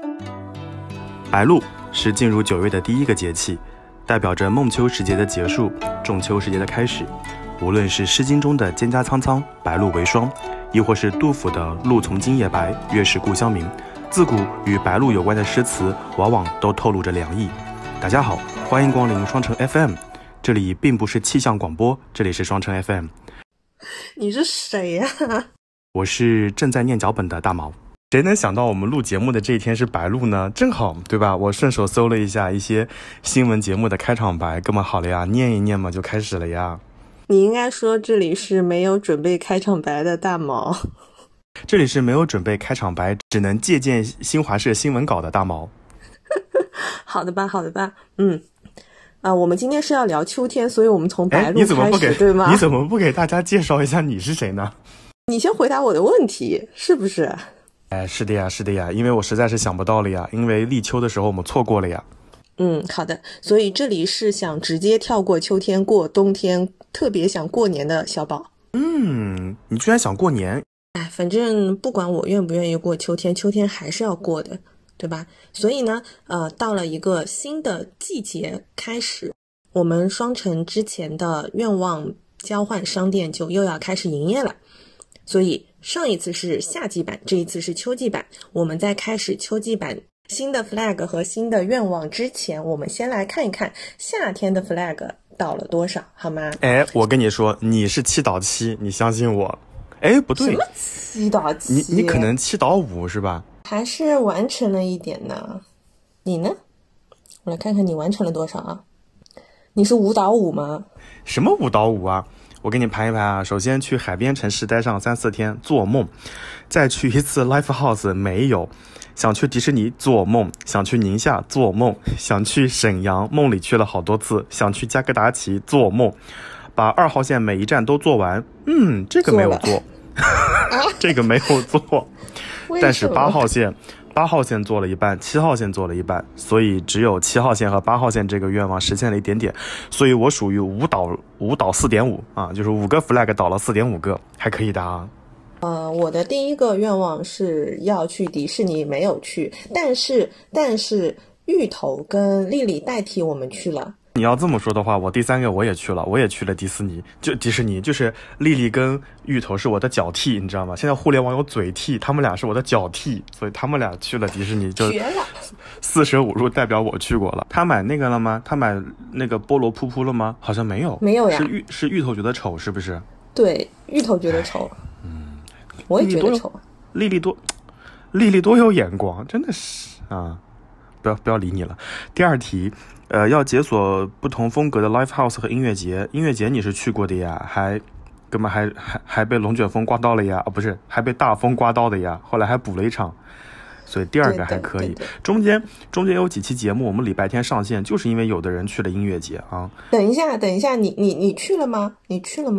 白露是进入9月的第一个节气，代表着孟秋时节的结束，仲秋时节的开始。无论是《诗经》中的蒹葭苍苍，白露为霜，亦或是杜甫的露从今夜白，月是故乡明，自古与白露有关的诗词往往都透露着凉意。大家好，欢迎光临双城 FM， 这里并不是气象广播，这里是双城 FM。 你是谁呀？ 我是正在念脚本的大毛。谁能想到我们录节目的这一天是白露呢？正好，对吧？我顺手搜了一下一些新闻节目的开场白，哥们好了呀，念一念嘛，就开始了呀。 你应该说这里是没有准备开场白的大毛。 这里是没有准备开场白，只能借鉴新华社新闻稿的大毛。 好的吧，好的吧，我们今天是要聊秋天，所以我们从白露开始，对吗？ 你怎么不给大家介绍一下你是谁呢？ 你先回答我的问题，是不是？ 是的呀，是的呀，因为我实在是想不到了呀，因为立秋的时候我们错过了呀。 好的，所以这里是想直接跳过秋天过冬天，特别想过年的小宝。 你居然想过年？ 反正不管我愿不愿意过秋天，秋天还是要过的，对吧？所以呢，到了一个新的季节开始，我们双城之前的愿望交换商店就又要开始营业了。所以上一次是夏季版，这一次是秋季版。我们在开始秋季版新的 flag 和新的愿望之前，我们先来看一看夏天的 flag 到了多少，好吗？ 我跟你说，你是7倒7，你相信我。不对， 什么7倒7？ 你可能7倒5是吧？ 还是完成了一点呢？你呢？我来看看你完成了多少啊？你是5倒5吗？ 什么5倒5啊？我给你盘一盘啊，首先去海边城市待上3-4天，做梦；再去一次 Live House， 没有；想去迪士尼，做梦；想去宁夏，做梦；想去沈阳，梦里去了好多次；想去加格达奇，做梦。把2号线每一站都做完，这个没有做，这个没有做。但是8号线做了一半，7号线做了一半，所以只有7号线和8号线这个愿望实现了一点点，所以我属于5倒 4.5 啊，就是5个 flag 倒了 4.5 个，还可以的啊。 我的第一个愿望是要去迪士尼，没有去，但是芋头跟丽丽代替我们去了。 你要这么说的话，我第3个我也去了，我也去了迪士尼，就是丽丽跟芋头是我的脚替，你知道吗？现在互联网有嘴替，他们俩是我的脚替，所以他们俩去了迪士尼，就4舍5入代表我去过了。他买那个了吗？他买那个菠萝噗噗了吗？好像没有， 没有呀。 是芋头觉得丑，是不是？ 对，芋头觉得丑，我也觉得丑。 丽丽多有眼光，真的是啊！不要理你了。第2题。要解锁不同风格的 live house 和音乐节。音乐节你是去过的呀，还被龙卷风刮到了呀，不是，还被大风刮到的呀，后来还补了一场，所以第2个还可以。对，中间有几期节目我们礼拜天上线，就是因为有的人去了音乐节啊。 等一下，你去了吗？你去了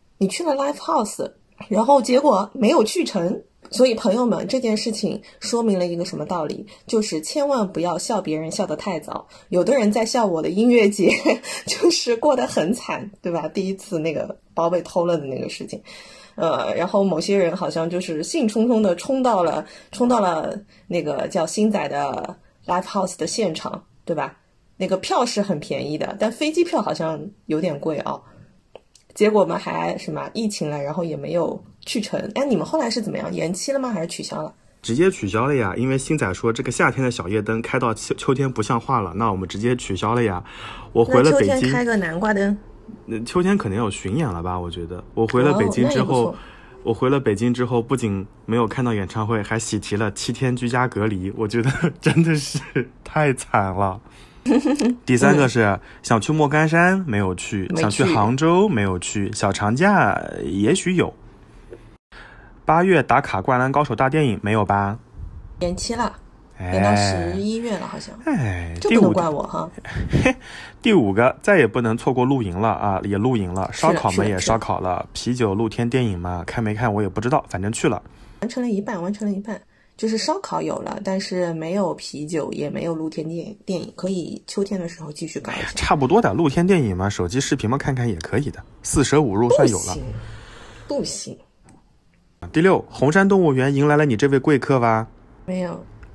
live house， 然后结果没有去成。所以朋友们，这件事情说明了一个什么道理？就是千万不要笑别人笑得太早。有的人在笑我的音乐节就是过得很惨，对吧？第一次那个包被偷了的那个事情，然后某些人好像就是兴冲冲的冲到了那个叫星仔的 Live House 的现场，对吧？那个票是很便宜的，但飞机票好像有点贵啊。结果我们还疫情了，然后也没有去成。你们后来是怎么样？延期了吗？还是取消了？ 直接取消了呀，因为星仔说这个夏天的小夜灯开到秋天不像话了，那我们直接取消了呀。我回了北京， 秋天开个南瓜灯， 秋天可能有巡演了吧？我觉得我回了北京之后，不仅没有看到演唱会，还喜提了7天居家隔离，我觉得真的是太惨了。第3个是想去莫干山，没有去；想去杭州，没有去；小长假也许有。8月打卡灌篮高手大电影，没有吧？ 延期了，延到11月了好像。这不能怪我哈。 第5个再也不能错过露营了啊，也露营了，烧烤嘛也烧烤了，啤酒露天电影嘛看没看我也不知道，反正去了。 完成了一半。就是烧烤有了，但是没有啤酒，也没有露天电影，可以秋天的时候继续搞一下。 差不多的，露天电影嘛，手机视频嘛看看也可以的，4舍5入算有了。 不行。 第6，红山动物园迎来了你这位贵客吧？ 没有。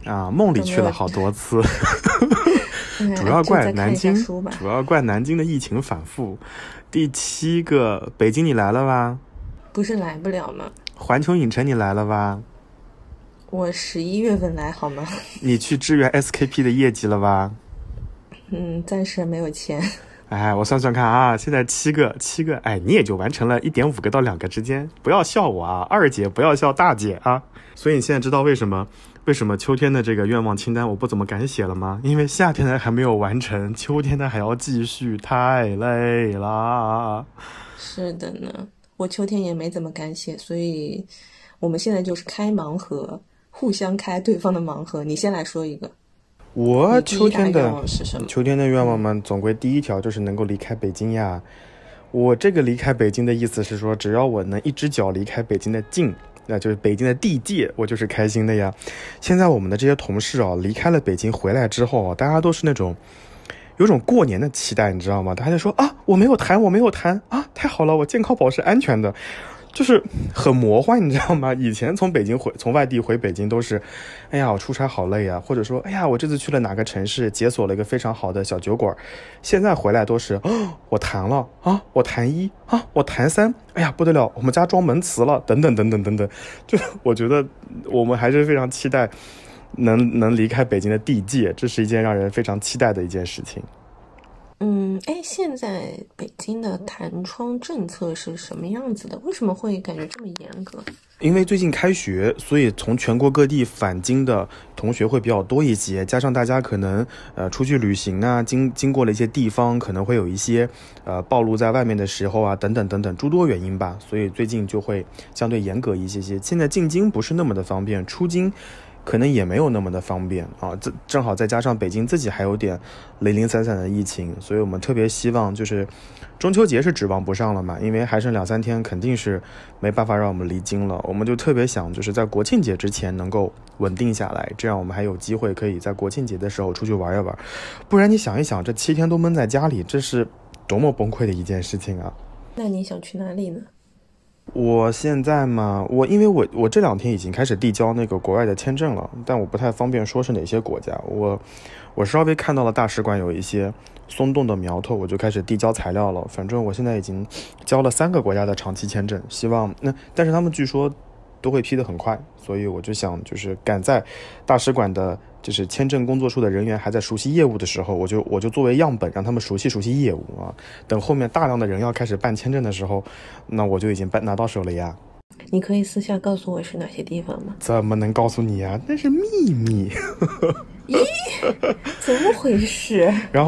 啊，梦里去了好多次。主要怪南京，主要怪南京的疫情反复。第7个，北京你来了吧？ 不是来不了吗？ 环球影城你来了吧？ 我11月份来好吗？ 你去支援 SKP 的业绩了吧？ 暂时没有钱。 哎，我算算看啊，现在7个，哎，你也就完成了1.5个到2个之间，不要笑我啊，二姐不要笑大姐啊。所以你现在知道为什么秋天的这个愿望清单我不怎么敢写了吗？因为夏天的还没有完成，秋天的还要继续，太累啦。 是的呢，我秋天也没怎么敢写，所以我们现在就是开盲盒，互相开对方的盲盒。你先来说一个。 我秋天的愿望嘛，总归第一条就是能够离开北京呀。我这个离开北京的意思是说，只要我能一只脚离开北京的境，那就是北京的地界，我就是开心的呀。现在我们的这些同事啊，离开了北京回来之后啊，大家都是那种有种过年的期待，你知道吗？大家就说啊，我没有谈啊，太好了，我健康宝是安全的。就是很魔幻，你知道吗？以前从外地回北京都是，哎呀，我出差好累啊，或者说，哎呀，我这次去了哪个城市，解锁了一个非常好的小酒馆。现在回来都是，我谈了啊，我谈1啊，我谈3，哎呀，不得了，我们家装门磁了，等等等等等等。就我觉得我们还是非常期待能离开北京的地界，这是一件让人非常期待的一件事情。 现在北京的弹窗政策是什么样子的？为什么会感觉这么严格？ 因为最近开学，所以从全国各地返京的同学会比较多一些，加上大家可能出去旅行啊，经过了一些地方，可能会有一些暴露在外面的时候啊，等等等等诸多原因吧，所以最近就会相对严格一些些。现在进京不是那么的方便，出京可能也没有那么的方便啊，正好再加上北京自己还有点零零散散的疫情，所以我们特别希望就是中秋节是指望不上了嘛，因为还剩2-3天，肯定是没办法让我们离京了。我们就特别想就是在国庆节之前能够稳定下来，这样我们还有机会可以在国庆节的时候出去玩一玩。不然你想一想，这7天都闷在家里，这是多么崩溃的一件事情啊！ 那你想去哪里呢？ 我现在嘛，因为我这2天已经开始递交那个国外的签证了，但我不太方便说是哪些国家。我稍微看到了大使馆有一些松动的苗头，我就开始递交材料了。反正我现在已经交了3个国家的长期签证，希望但是他们据说都会批得很快，所以我就想就是赶在大使馆的就是签证工作处的人员还在熟悉业务的时候，我就作为样本让他们熟悉业务啊。等后面大量的人要开始办签证的时候，那我就已经拿到手了呀。 你可以私下告诉我是哪些地方吗？ 怎么能告诉你啊？那是秘密。 咦，怎么回事？ 然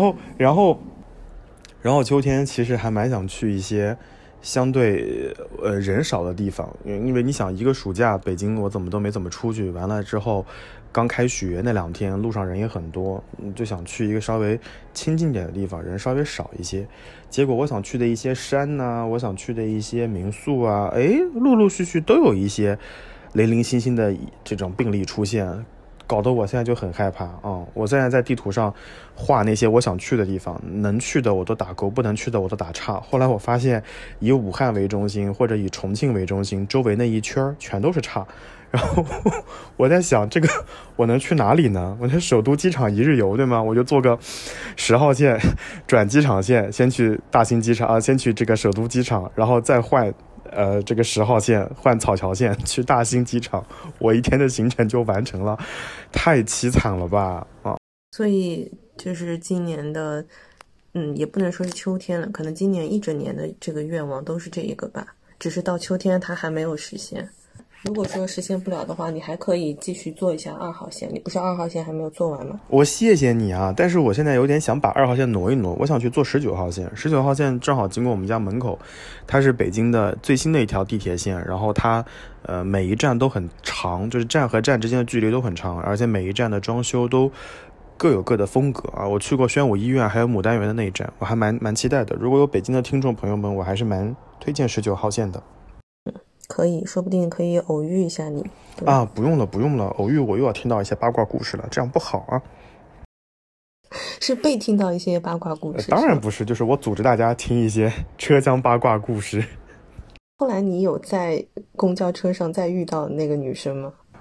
后秋天其实还蛮想去一些相对人少的地方，因为你想一个暑假北京我怎么都没怎么出去，完了之后刚开学那2天路上人也很多，就想去一个稍微清静点的地方，人稍微少一些。结果我想去的一些山啊，我想去的一些民宿啊，陆陆续续都有一些零零星星的这种病例出现，搞得我现在就很害怕啊！我现在在地图上画那些我想去的地方，能去的我都打勾，不能去的我都打叉。后来我发现以武汉为中心或者以重庆为中心，周围那一圈全都是叉。然后我在想，这个我能去哪里呢？我在首都机场一日游，对吗？我就坐个10号线转机场线，先去大兴机场啊，先去这个首都机场，然后再换这个10号线换草桥线去大兴机场，我一天的行程就完成了，太凄惨了吧啊！ 所以就是今年的，也不能说是秋天了，可能今年一整年的这个愿望都是这一个吧，只是到秋天它还没有实现。如果说实现不了的话，你还可以继续做一下2号线，你不是2号线还没有做完吗？ 我谢谢你啊，但是我现在有点想把2号线挪一挪，我想去做19号线。19号线正好经过我们家门口，它是北京的最新的一条地铁线，然后它每一站都很长，就是站和站之间的距离都很长，而且每一站的装修都各有各的风格啊。我去过宣武医院还有牡丹园的那一站，我还蛮期待的。如果有北京的听众朋友们，我还是蛮推荐19号线的。 可以，说不定可以偶遇一下你啊！不用了，偶遇我又要听到一些八卦故事了，这样不好啊。 是被听到一些八卦故事？ 当然不是，就是我组织大家听一些车厢八卦故事。 后来你有在公交车上再遇到那个女生吗？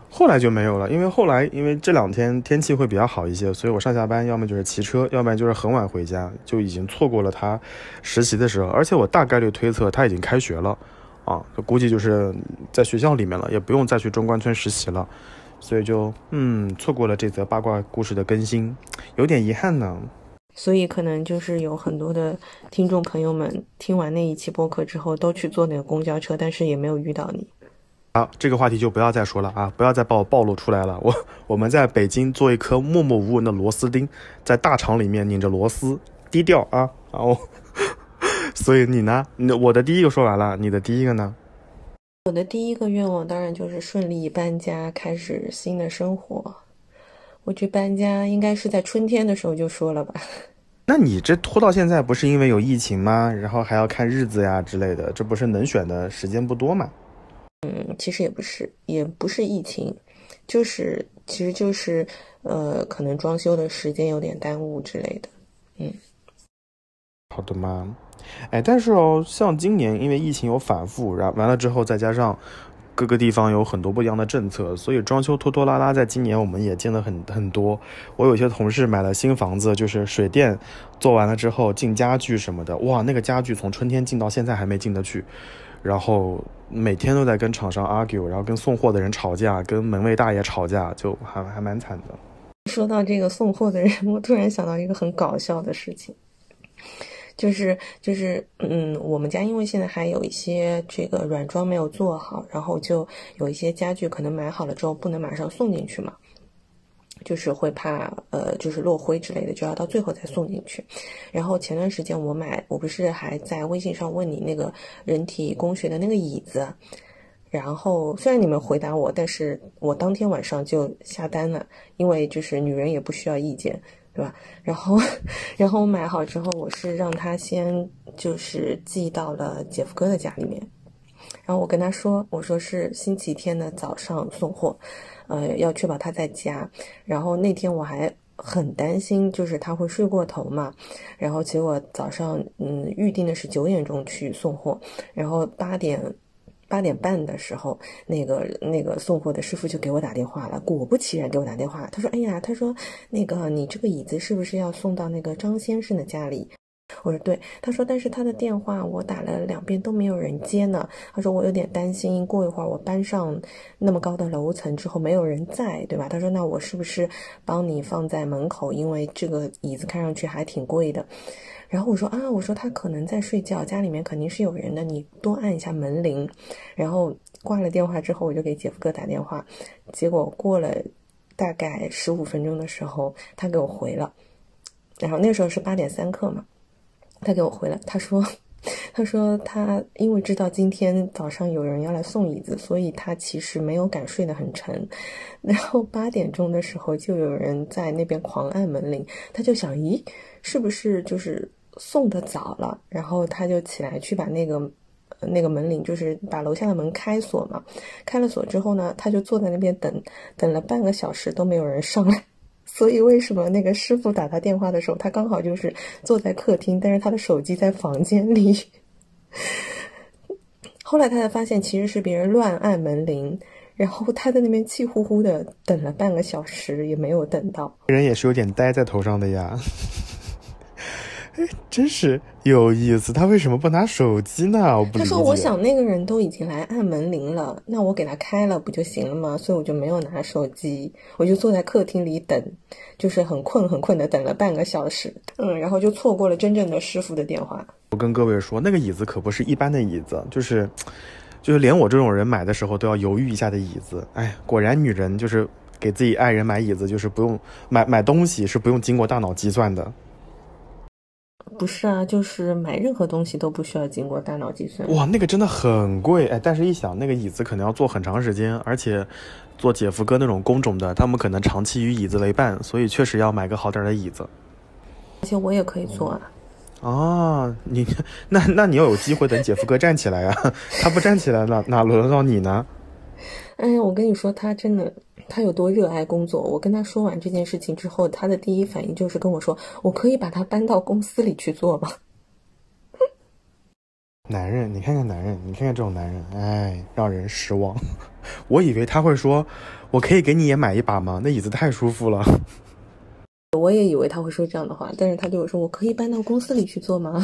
后来就没有了，因为这2天天气会比较好一些，所以我上下班要么就是骑车，要不然就是很晚回家，就已经错过了他实习的时候。而且我大概率推测他已经开学了啊，估计就是在学校里面了，也不用再去中关村实习了，所以就错过了这则八卦故事的更新，有点遗憾呢。 所以可能就是有很多的听众朋友们听完那一期播客之后都去坐那个公交车，但是也没有遇到你。 好，这个话题就不要再说了啊！不要再把我暴露出来了。我们在北京做一颗默默无闻的螺丝钉，在大厂里面拧着螺丝，低调啊！所以你呢？我的第一个说完了，你的第一个呢？ 我的第一个愿望当然就是顺利搬家，开始新的生活。我去搬家应该是在春天的时候就说了吧。 那你这拖到现在不是因为有疫情吗？然后还要看日子呀之类的，这不是能选的时间不多吗？ 其实也不是疫情，其实就是可能装修的时间有点耽误之类的。 好的吗？但是像今年因为疫情有反复，然后完了之后再加上各个地方有很多不一样的政策，所以装修拖拖拉拉，在今年我们也见得很多。我有些同事买了新房子，就是水电做完了之后进家具什么的，哇，那个家具从春天进到现在还没进得去，然后每天都在跟厂商 argue， 然后跟送货的人吵架，跟门卫大爷吵架，就还蛮惨的。 说到这个送货的人，我突然想到一个很搞笑的事情。我们家因为现在还有一些这个软装没有做好，然后就有一些家具可能买好了之后不能马上送进去嘛，就是会怕就是落灰之类的，就要到最后再送进去。然后前段时间我不是还在微信上问你那个人体工学的那个椅子，然后虽然你们回答我，但是我当天晚上就下单了，因为就是女人也不需要意见，对吧？然后我买好之后，我是让他先就是寄到了姐夫哥的家里面，然后我跟他说，我说是星期天的早上送货，要确保他在家。然后那天我还很担心，就是他会睡过头嘛，然后结果早上预定的是9点钟去送货，然后8点半的时候，那个送货的师傅就给我打电话了，果不其然给我打电话，他说哎呀，他说那个你这个椅子是不是要送到那个张先生的家里？我说对，他说但是他的电话我打了2遍都没有人接呢，他说我有点担心过一会儿我搬上那么高的楼层之后没有人在，对吧？他说那我是不是帮你放在门口，因为这个椅子看上去还挺贵的。然后我说他可能在睡觉，家里面肯定是有人的，你多按一下门铃。然后挂了电话之后，我就给姐夫哥打电话，结果过了大概15分钟的时候，他给我回了。然后那时候是8点3刻嘛，他给我回了，他说他因为知道今天早上有人要来送椅子，所以他其实没有敢睡得很沉。然后8点钟的时候就有人在那边狂按门铃，他就想，咦，是不是就是送的早了？然后他就起来去把那个门铃，就是把楼下的门开锁嘛。开了锁之后呢，他就坐在那边等了半个小时都没有人上来。所以为什么那个师傅打他电话的时候，他刚好就是坐在客厅，但是他的手机在房间里。后来他才发现其实是别人乱按门铃，然后他在那边气呼呼的等了半个小时也没有等到。 人也是有点呆在头上的呀。真是有意思，他为什么不拿手机呢？我不理解。 他说我想那个人都已经来按门铃了，那我给他开了不就行了吗？所以我就没有拿手机，我就坐在客厅里等，就是很困的等了半个小时，然后就错过了真正的师傅的电话。 我跟各位说，那个椅子可不是一般的椅子，就是连我这种人买的时候都要犹豫一下的椅子。哎，果然女人就是给自己爱人买椅子，就是不用买东西是不用经过大脑计算的。 不是啊，就是买任何东西都不需要经过大脑计算。 哇，那个真的很贵，但是一想那个椅子可能要坐很长时间，而且做姐夫哥那种工种的，他们可能长期与椅子为伴，所以确实要买个好点的椅子。 而且我也可以坐啊。 哦，那你要有机会等姐夫哥站起来啊，他不站起来哪轮得到你呢？ 哎呀，我跟你说，他有多热爱工作。我跟他说完这件事情之后，他的第一反应就是跟我说，我可以把他搬到公司里去做吗？ 男人，你看看男人，你看看这种男人，哎，让人失望。我以为他会说，我可以给你也买一把吗？那椅子太舒服了。 我也以为他会说这样的话，但是他对我说，我可以搬到公司里去做吗？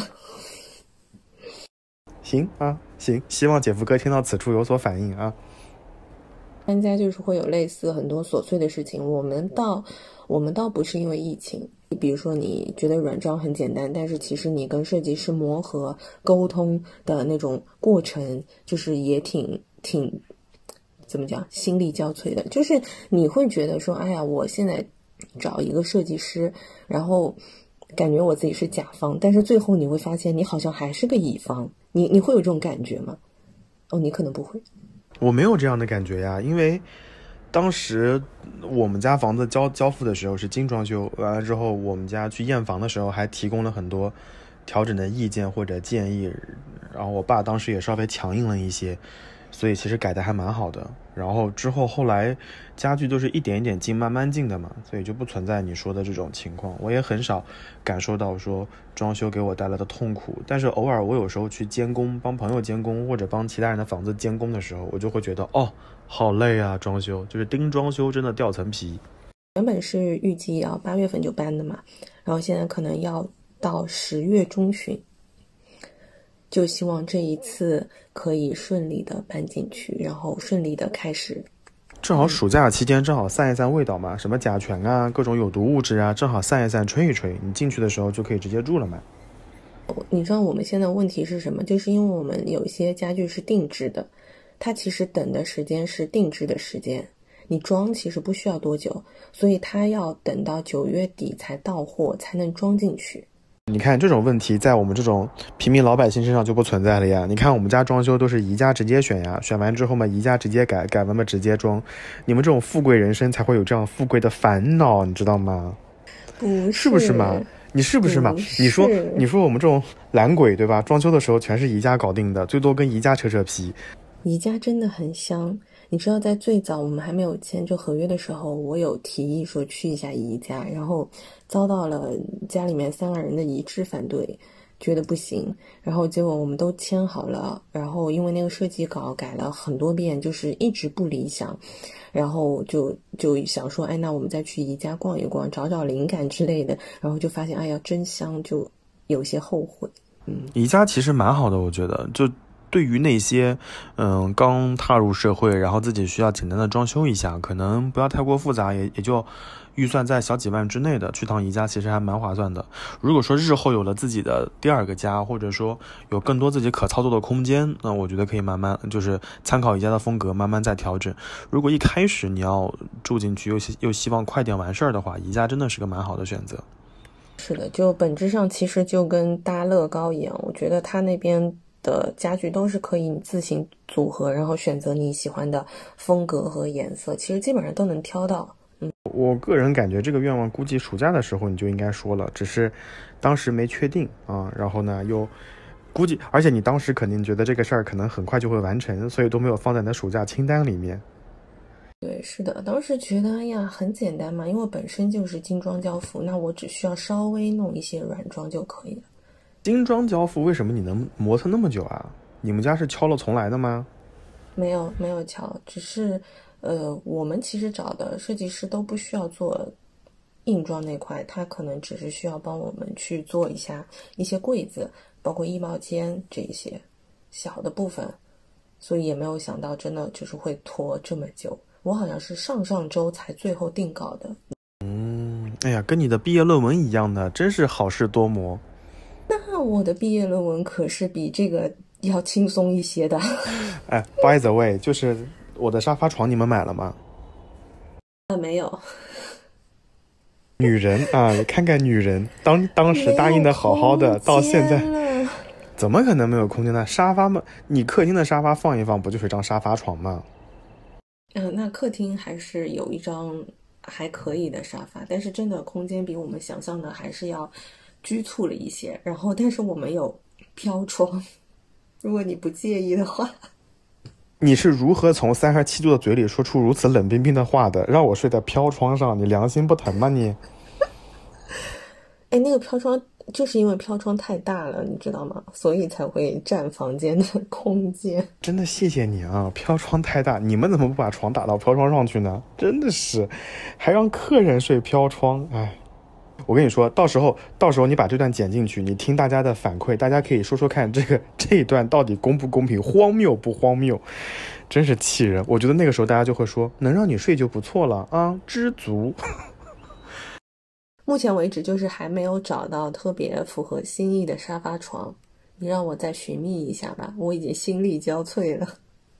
行啊，行，希望姐夫哥听到此处有所反应啊。 搬家就是会有类似很多琐碎的事情，我们倒不是因为疫情，比如说你觉得软装很简单，但是其实你跟设计师磨合沟通的那种过程，就是也挺怎么讲，心力交瘁的。就是你会觉得说，哎呀，我现在找一个设计师，然后感觉我自己是甲方，但是最后你会发现你好像还是个乙方，你会有这种感觉吗？哦，你可能不会。 我没有这样的感觉呀，因为当时我们家房子交付的时候是精装修，完了之后我们家去验房的时候还提供了很多调整的意见或者建议，然后我爸当时也稍微强硬了一些，所以其实改的还蛮好的。然后后来家具都是一点一点进慢慢进的嘛，所以就不存在你说的这种情况。我也很少感受到说装修给我带来的痛苦，但是偶尔我有时候去监工，帮朋友监工或者帮其他人的房子监工的时候，我就会觉得哦，好累啊，装修就是盯装修真的掉层皮。 原本是预计要8月份就搬的嘛，然后现在可能要到10月中旬，就希望这一次可以顺利的搬进去，然后顺利的开始。 正好暑假期间正好散一散味道嘛，什么甲醛啊，各种有毒物质啊，正好散一散吹一吹，你进去的时候就可以直接住了嘛。 你知道我们现在问题是什么？就是因为我们有一些家具是定制的，它其实等的时间是定制的时间，你装其实不需要多久，所以它要等到9月底才到货，才能装进去。 你看这种问题在我们这种平民老百姓身上就不存在了呀。你看我们家装修都是宜家直接选呀，选完之后嘛，宜家直接改，改完嘛直接装。你们这种富贵人生才会有这样富贵的烦恼，你知道吗？是不是嘛？你是不是嘛？你说我们这种懒鬼对吧？装修的时候全是宜家搞定的，最多跟宜家扯扯皮。 宜家真的很香。你知道在最早我们还没有签这合约的时候，我有提议说去一下宜家，然后遭到了家里面3个人的一致反对，觉得不行。然后结果我们都签好了，然后因为那个设计稿改了很多遍，就是一直不理想，然后就想说，哎，那我们再去宜家逛一逛，找找灵感之类的，然后就发现，哎呀，真香，就有些后悔。 宜家其实蛮好的，我觉得就。对于那些刚踏入社会，然后自己需要简单的装修一下，可能不要太过复杂，也就预算在小几万之内的，去趟宜家其实还蛮划算的。如果说日后有了自己的第二个家，或者说有更多自己可操作的空间，那我觉得可以慢慢就是参考宜家的风格，慢慢再调整。如果一开始你要住进去又希望快点完事儿的话，宜家真的是个蛮好的选择。 是的，就本质上其实就跟搭乐高一样，我觉得他那边的家具都是可以你自行组合，然后选择你喜欢的风格和颜色，其实基本上都能挑到。 我个人感觉这个愿望估计暑假的时候你就应该说了，只是当时没确定啊。然后呢又估计，而且你当时肯定觉得这个事儿可能很快就会完成，所以都没有放在你的暑假清单里面。 对，是的，当时觉得哎呀很简单嘛，因为本身就是精装交付，那我只需要稍微弄一些软装就可以了。 精装交付为什么你能磨蹭那么久啊？你们家是敲了重来的吗？ 没有敲，只是我们其实找的设计师都不需要做硬装那块，他可能只是需要帮我们去做一下一些柜子，包括衣帽间这一些小的部分，所以也没有想到真的就是会拖这么久。我好像是上周才最后定稿的。 哎呀，跟你的毕业论文一样的，真是好事多磨。 那我的毕业论文可是比这个要轻松一些的。 哎 ，by the way， 就是我的沙发床你们买了吗？ 没有。 女人啊，看看女人，当时答应的好好的，到现在怎么可能没有空间呢？沙发嘛，你客厅的沙发放一放，不就是一张沙发床吗？ 那客厅还是有一张还可以的沙发，但是真的空间比我们想象的还是要拘促了一些。然后，但是我们有飘窗，如果你不介意的话。 你是如何从37度的嘴里说出如此冷冰冰的话的？让我睡在飘窗上，你良心不疼吗你？ 哎，那个飘窗就是因为飘窗太大了，你知道吗？所以才会占房间的空间。 真的谢谢你啊，飘窗太大，你们怎么不把床打到飘窗上去呢？真的是，还让客人睡飘窗，哎。我跟你说，到时候你把这段剪进去，你听大家的反馈，大家可以说说看这一段到底公不公平，荒谬不荒谬，真是气人。我觉得那个时候大家就会说，能让你睡就不错了啊，知足。 目前为止就是还没有找到特别符合心意的沙发床，你让我再寻觅一下吧，我已经心力交瘁了。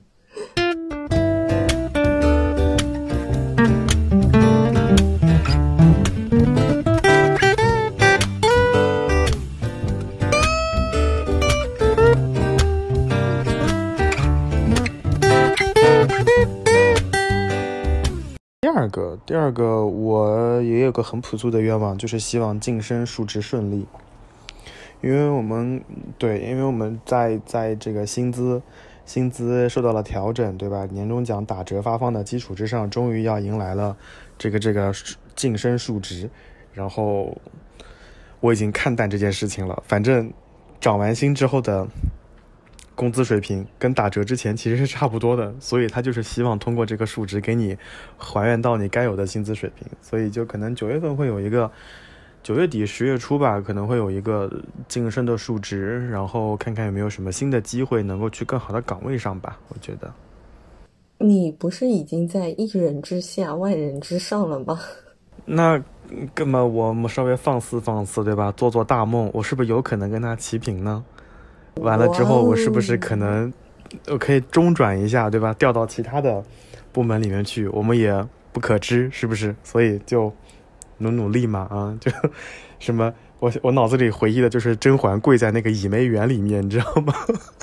第二个我也有个很朴素的愿望，就是希望晋升述职顺利。因为我们在这个薪资受到了调整，对吧？年终奖打折发放的基础之上，终于要迎来了这个晋升述职。然后我已经看淡这件事情了，反正涨完薪之后的工资水平跟打折之前其实是差不多的，所以他就是希望通过这个述职给你还原到你该有的薪资水平。所以就可能9月份会有一个9月底10月初吧，可能会有一个晋升的述职，然后看看有没有什么新的机会能够去更好的岗位上吧。我觉得你不是已经在一人之下万人之上了吗？ 那根本我们稍微放肆对吧，做大梦，我是不是有可能跟他齐平呢？完了之后我是不是可能我可以中转一下，对吧，调到其他的部门里面去，我们也不可知，是不是？所以就努力嘛啊，就什么我脑子里回忆的就是甄嬛跪在那个倚梅园里面，你知道吗？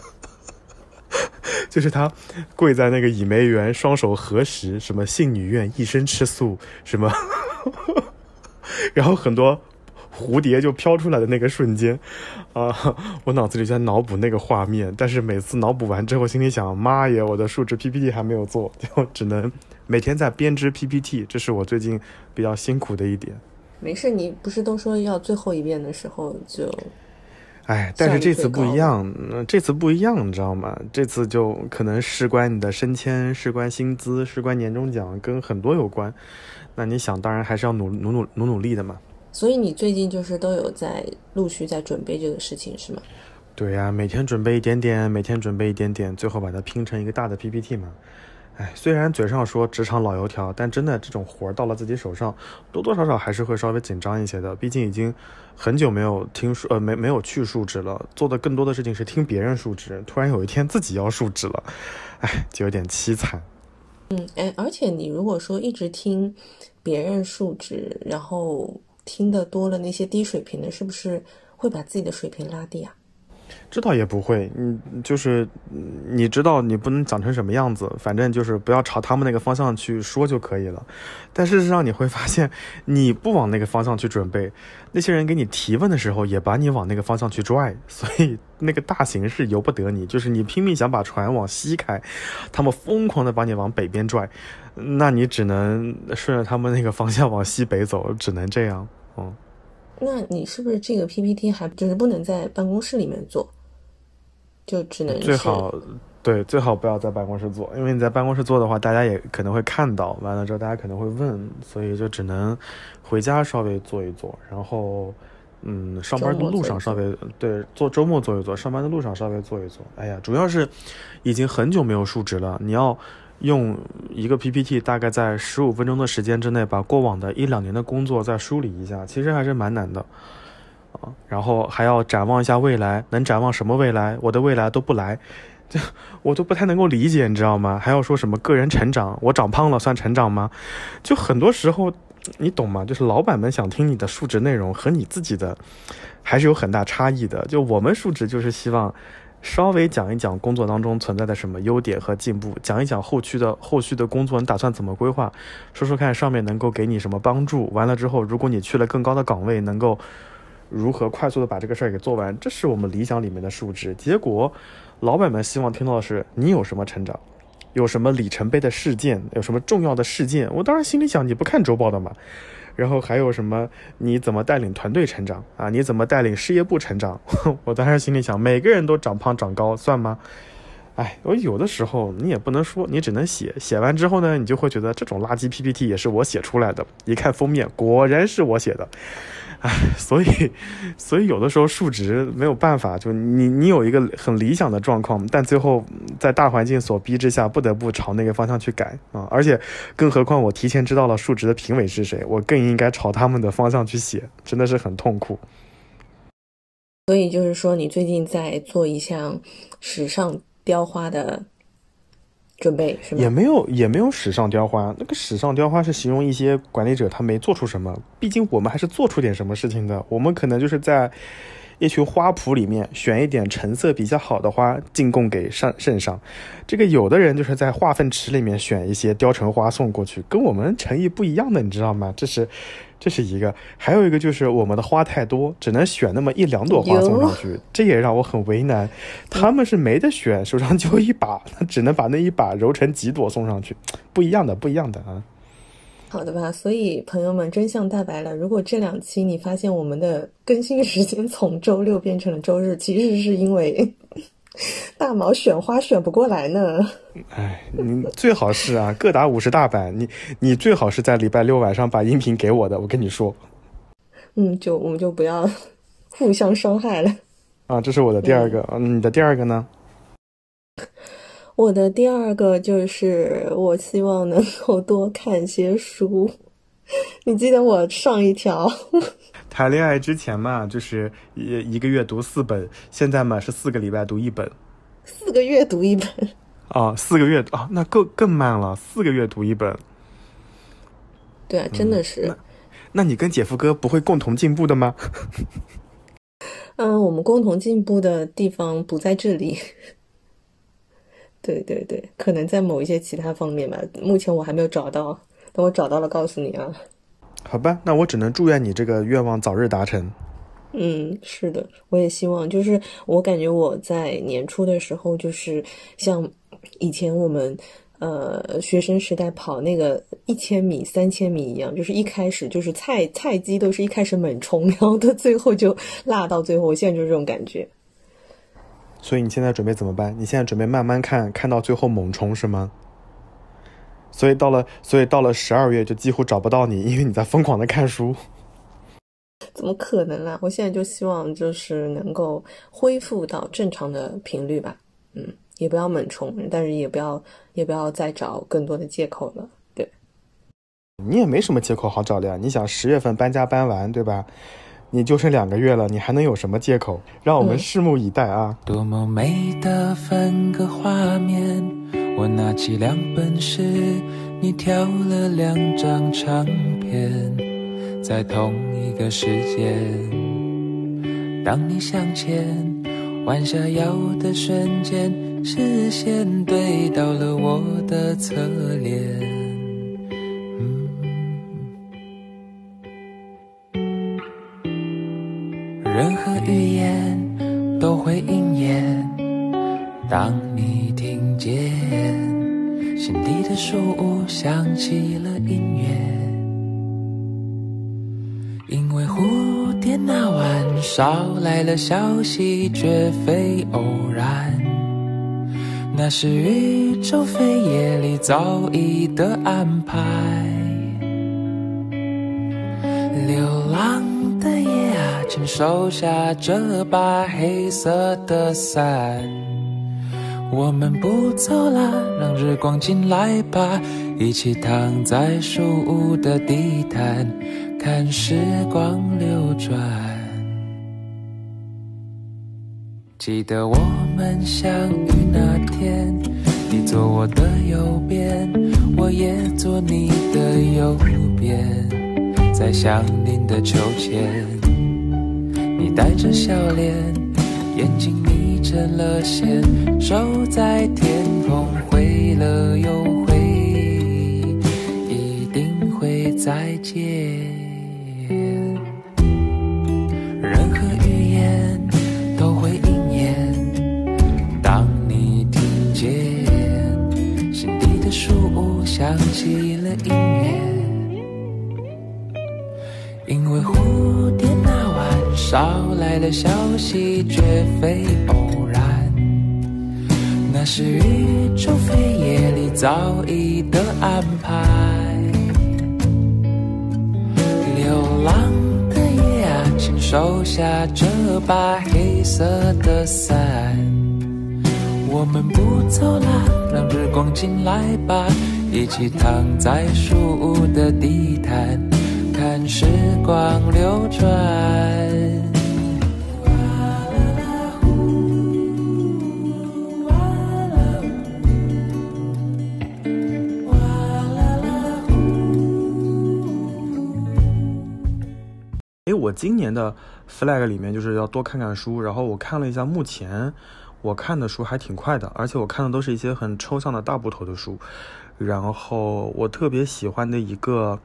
就是她跪在那个倚梅园，双手合十，什么信女愿一生吃素，什么然后很多蝴蝶就飘出来的那个瞬间我脑子里在脑补那个画面，但是每次脑补完之后心里想，妈耶，我的述职 PPT 还没有做，就只能每天在编织 PPT， 这是我最近比较辛苦的一点。 没事，你不是都说要最后一遍的时候就但是这次不一样，你知道吗？这次就可能事关你的升迁，事关薪资，事关年终奖，跟很多有关。那你想，当然还是要努力的嘛。 所以你最近就是都有在陆续在准备这个事情是吗？ 对呀，每天准备一点点，最后把它拼成一个大的 PPT 嘛。虽然嘴上说职场老油条，但真的这种活到了自己手上，多多少少还是会稍微紧张一些的。毕竟已经很久没有没有去述职了，做的更多的事情是听别人述职，突然有一天自己要述职了，就有点凄惨。 而且你如果说一直听别人述职，然后听得多了那些低水平的，是不是会把自己的水平拉低啊？ 这倒也不会，就是你知道你不能讲成什么样子，反正就是不要朝他们那个方向去说就可以了。但事实上你会发现，你不往那个方向去准备，那些人给你提问的时候也把你往那个方向去拽，所以那个大形势由不得你，就是你拼命想把船往西开，他们疯狂的把你往北边拽，那你只能顺着他们那个方向往西北走，只能这样。 那你是不是这个 PPT 还就是不能在办公室里面做，就只能最好不要在办公室做，因为你在办公室做的话，大家也可能会看到，完了之后大家可能会问，所以就只能回家稍微做一做，然后上班的路上稍微做周末做一做，上班的路上稍微做一做。主要是已经很久没有述职了，你要用一个 PPT 大概在15分钟的时间之内把过往的1-2年的工作再梳理一下，其实还是蛮难的然后还要展望一下未来，能展望什么未来？我的未来都不来，我都不太能够理解，你知道吗？还要说什么个人成长，我长胖了算成长吗？就很多时候你懂吗？就是老板们想听你的述职内容和你自己的还是有很大差异的。就我们述职就是希望稍微讲一讲工作当中存在的什么优点和进步，讲一讲后续的工作你打算怎么规划，说说看上面能够给你什么帮助，完了之后如果你去了更高的岗位，能够如何快速的把这个事儿给做完，这是我们理想里面的述职。结果老板们希望听到的是你有什么成长，有什么里程碑的事件，有什么重要的事件。我当然心里想，你不看周报的嘛， 然后还有什么你怎么带领团队成长啊，你怎么带领事业部成长。我当时心里想，每个人都长胖长高算吗？哎，我有的时候你也不能说，你只能写，写完之后呢，你就会觉得这种垃圾 PPT 也是我写出来的，一看封面果然是我写的。哎，所以有的时候数值没有办法，就你有一个很理想的状况，但最后在大环境所逼之下，不得不朝那个方向去改啊！而且更何况我提前知道了数值的评委是谁，我更应该朝他们的方向去写，真的是很痛苦。 所以就是说，你最近在做一项史上雕花的准备是吗？ 也没有史上雕花，那个史上雕花是形容一些管理者他没做出什么，毕竟我们还是做出点什么事情的。我们可能就是在一群花圃里面选一点成色比较好的花进贡给圣上，这个有的人就是在化粪池里面选一些雕成花送过去，跟我们诚意不一样的，你知道吗？这是一个，还有一个就是我们的花太多，只能选那么一两朵花送上去，这也让我很为难。他们是没得选，手上就一把，只能把那一把揉成几朵送上去，不一样的啊。 好的吧，所以朋友们，真相大白了。如果这2期你发现我们的更新时间从周6变成了周日，其实是因为大毛选花选不过来呢。 哎，你最好是啊，各打50大板，你最好是在礼拜6晚上把音频给我的，我跟你说。 我们就不要互相伤害了。 啊，这是我的第二个，你的第二个呢？ 我的第二个就是我希望能够多看些书。你记得我上一条谈恋爱之前嘛，就是一个月读4本，现在嘛是4个礼拜读1本。 4个月读1本啊，4个月啊，那更慢了，4个月读1本。 对啊，真的是。 那你跟姐夫哥不会共同进步的吗？ 我们共同进步的地方不在这里。对对对，可能在某一些其他方面吧，目前我还没有找到，等我找到了告诉你啊。 好吧，那我只能祝愿你这个愿望早日达成。 是的，我也希望，就是我感觉我在年初的时候，就是像以前我们学生时代跑那个1000米、3000米一样，就是一开始就是菜鸡都是一开始猛冲，然后到最后就落到最后，我现在就是这种感觉。 所以你现在准备怎么办？你现在准备慢慢看到最后猛冲是吗？所以到了12月就几乎找不到你，因为你在疯狂的看书。 怎么可能啦？我现在就希望就是能够恢复到正常的频率吧。也不要猛冲，但是也不要再找更多的借口了。对， 你也没什么借口好找的呀。你想10月份搬家搬完，对吧？你就剩2个月了，你还能有什么借口？让我们拭目以待啊！ 多么美的分个画面，我拿起2本诗，你挑了2张唱片，在同一个时间。当你向前弯下腰的瞬间，视线对到了我的侧脸。任何语言都会应验，当你听见心底的树屋响起了音乐，因为蝴蝶那晚捎来了消息，绝非偶然，那是宇宙飞页里早已的安排。流浪的夜啊，请收下这把黑色的伞，我们不走了，让日光进来吧，一起躺在树屋的地毯，看时光流转。记得我们相遇那天，你坐我的右边，我也坐你的右边，在相邻的秋千，你带着笑脸，眼睛眯成了线，手在天空挥了又挥，一定会再见。任何语言都会应验，当你听见心底的树屋响起了音乐， 因为蝴蝶那晚捎来了消息，绝非偶然，那是宇宙飞页里早已的安排。流浪的夜啊，请收下这把黑色的伞，我们不走了，让日光进来吧，一起躺在树屋的地毯，看时光流转。 我今年的 flag 里面就是要多看看书，然后我看了一下，目前我看的书还挺快的，而且我看的都是一些很抽象的大部头的书。然后我特别喜欢的一个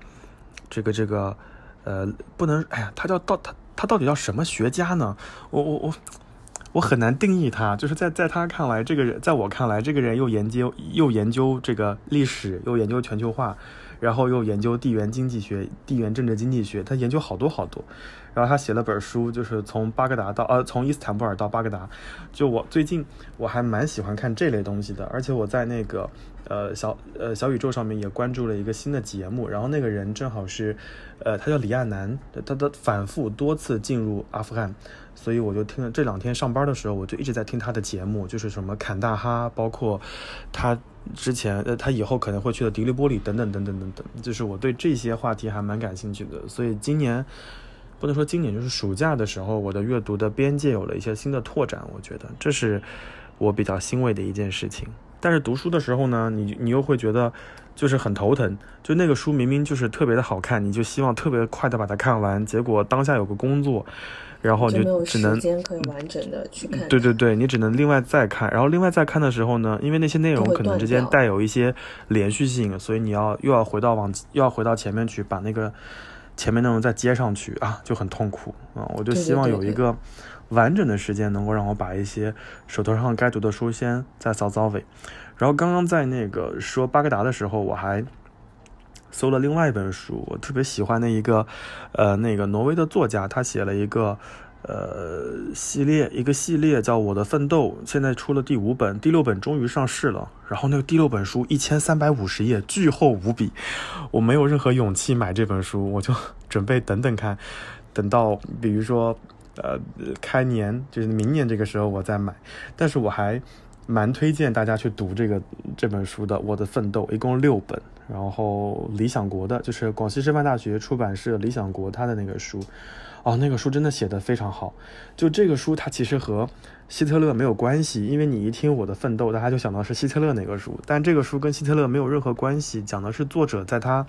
不能，哎呀，他到底叫什么学家呢？我很难定义他，就是在他看来，这个人在我看来，这个人又研究这个历史，又研究全球化，然后又研究地缘经济学、地缘政治经济学，他研究好多。然后他写了本书，就是从伊斯坦布尔到巴格达。就我最近我还蛮喜欢看这类东西的，而且我在那个小宇宙上面也关注了一个新的节目，然后那个人正好是他叫李亚男，他的反复多次进入阿富汗，所以我就听了这2天上班的时候，我就一直在听他的节目，就是什么坎大哈，包括他之前他以后可能会去的迪利波里等等，就是我对这些话题还蛮感兴趣的。所以今年不能说今年，就是暑假的时候，我的阅读的边界有了一些新的拓展，我觉得这是我比较欣慰的一件事情。但是读书的时候呢，你又会觉得就是很头疼，就那个书明明就是特别的好看，你就希望特别快的把它看完，结果当下有个工作，然后你就只能没有时间可以完整的去看。 对，你只能另外再看，然后另外再看的时候呢，因为那些内容可能之间带有一些连续性，所以你又要回到前面去，把那个前面内容再接上去啊，就很痛苦啊。我就希望有一个完整的时间，能够让我把一些手头上该读的书先再扫尾。然后刚刚在那个说巴格达的时候，我还搜了另外一本书，我特别喜欢的一个那个挪威的作家，他写了一个系列叫我的奋斗，现在出了第5本，第6本终于上市了。然后那个第6本书1350页，巨厚无比，我没有任何勇气买这本书，我就准备等看，等到比如说开年，就是明年这个时候我再买。但是我还蛮推荐大家去读这本书的，《我的奋斗》，一共6本。然后理想国的，就是广西师范大学出版社理想国他的那个书，那个书真的写得非常好。就这个书它其实和希特勒没有关系，因为你一听《我的奋斗》，大家就想到是希特勒那个书，但这个书跟希特勒没有任何关系，讲的是作者在他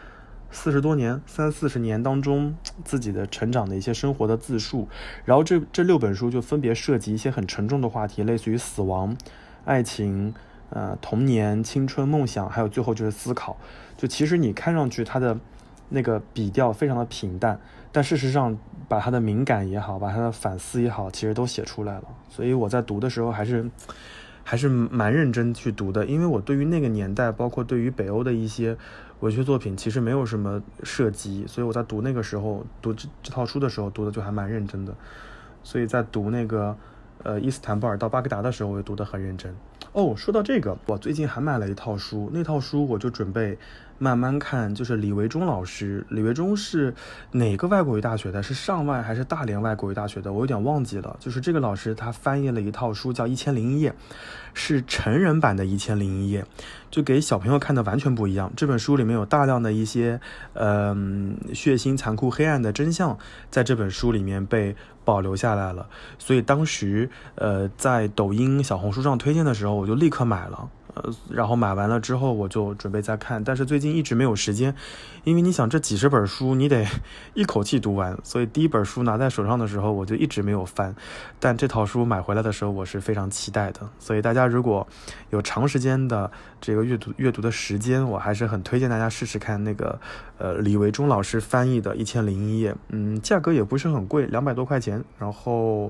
30-40年当中自己的成长的一些生活的自述。然后这6本书就分别涉及一些很沉重的话题，类似于死亡、爱情、童年、青春、梦想，还有最后就是思考。就其实你看上去他的那个笔调非常的平淡，但事实上把他的敏感也好，把他的反思也好，其实都写出来了。所以我在读的时候还是蛮认真去读的，因为我对于那个年代，包括对于北欧的一些文学作品其实没有什么涉及，所以我在读那个时候读这套书的时候读的就还蛮认真的。所以在读那个伊斯坦布尔到巴格达的时候，我也读得很认真。说到这个，我最近还买了一套书，那套书我就准备慢慢看，就是李维忠老师。李维忠是哪个外国语大学的？是上外还是大连外国语大学的？我有点忘记了。就是这个老师他翻译了一套书叫《1001夜》，是成人版的1001夜，就给小朋友看的完全不一样。这本书里面有大量的一些血腥、残酷、黑暗的真相，在这本书里面被保留下来了。所以当时在抖音、小红书上推荐的时候，我就立刻买了。然后买完了之后我就准备再看，但是最近一直没有时间，因为你想这几十本书你得一口气读完，所以第一本书拿在手上的时候我就一直没有翻。但这套书买回来的时候我是非常期待的，所以大家如果有长时间的这个阅读的时间，我还是很推荐大家试试看那个李维忠老师翻译的1001夜。价格也不是很贵，200多块钱。然后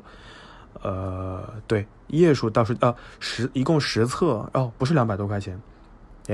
对，页数倒是一共10册，不是200多块钱，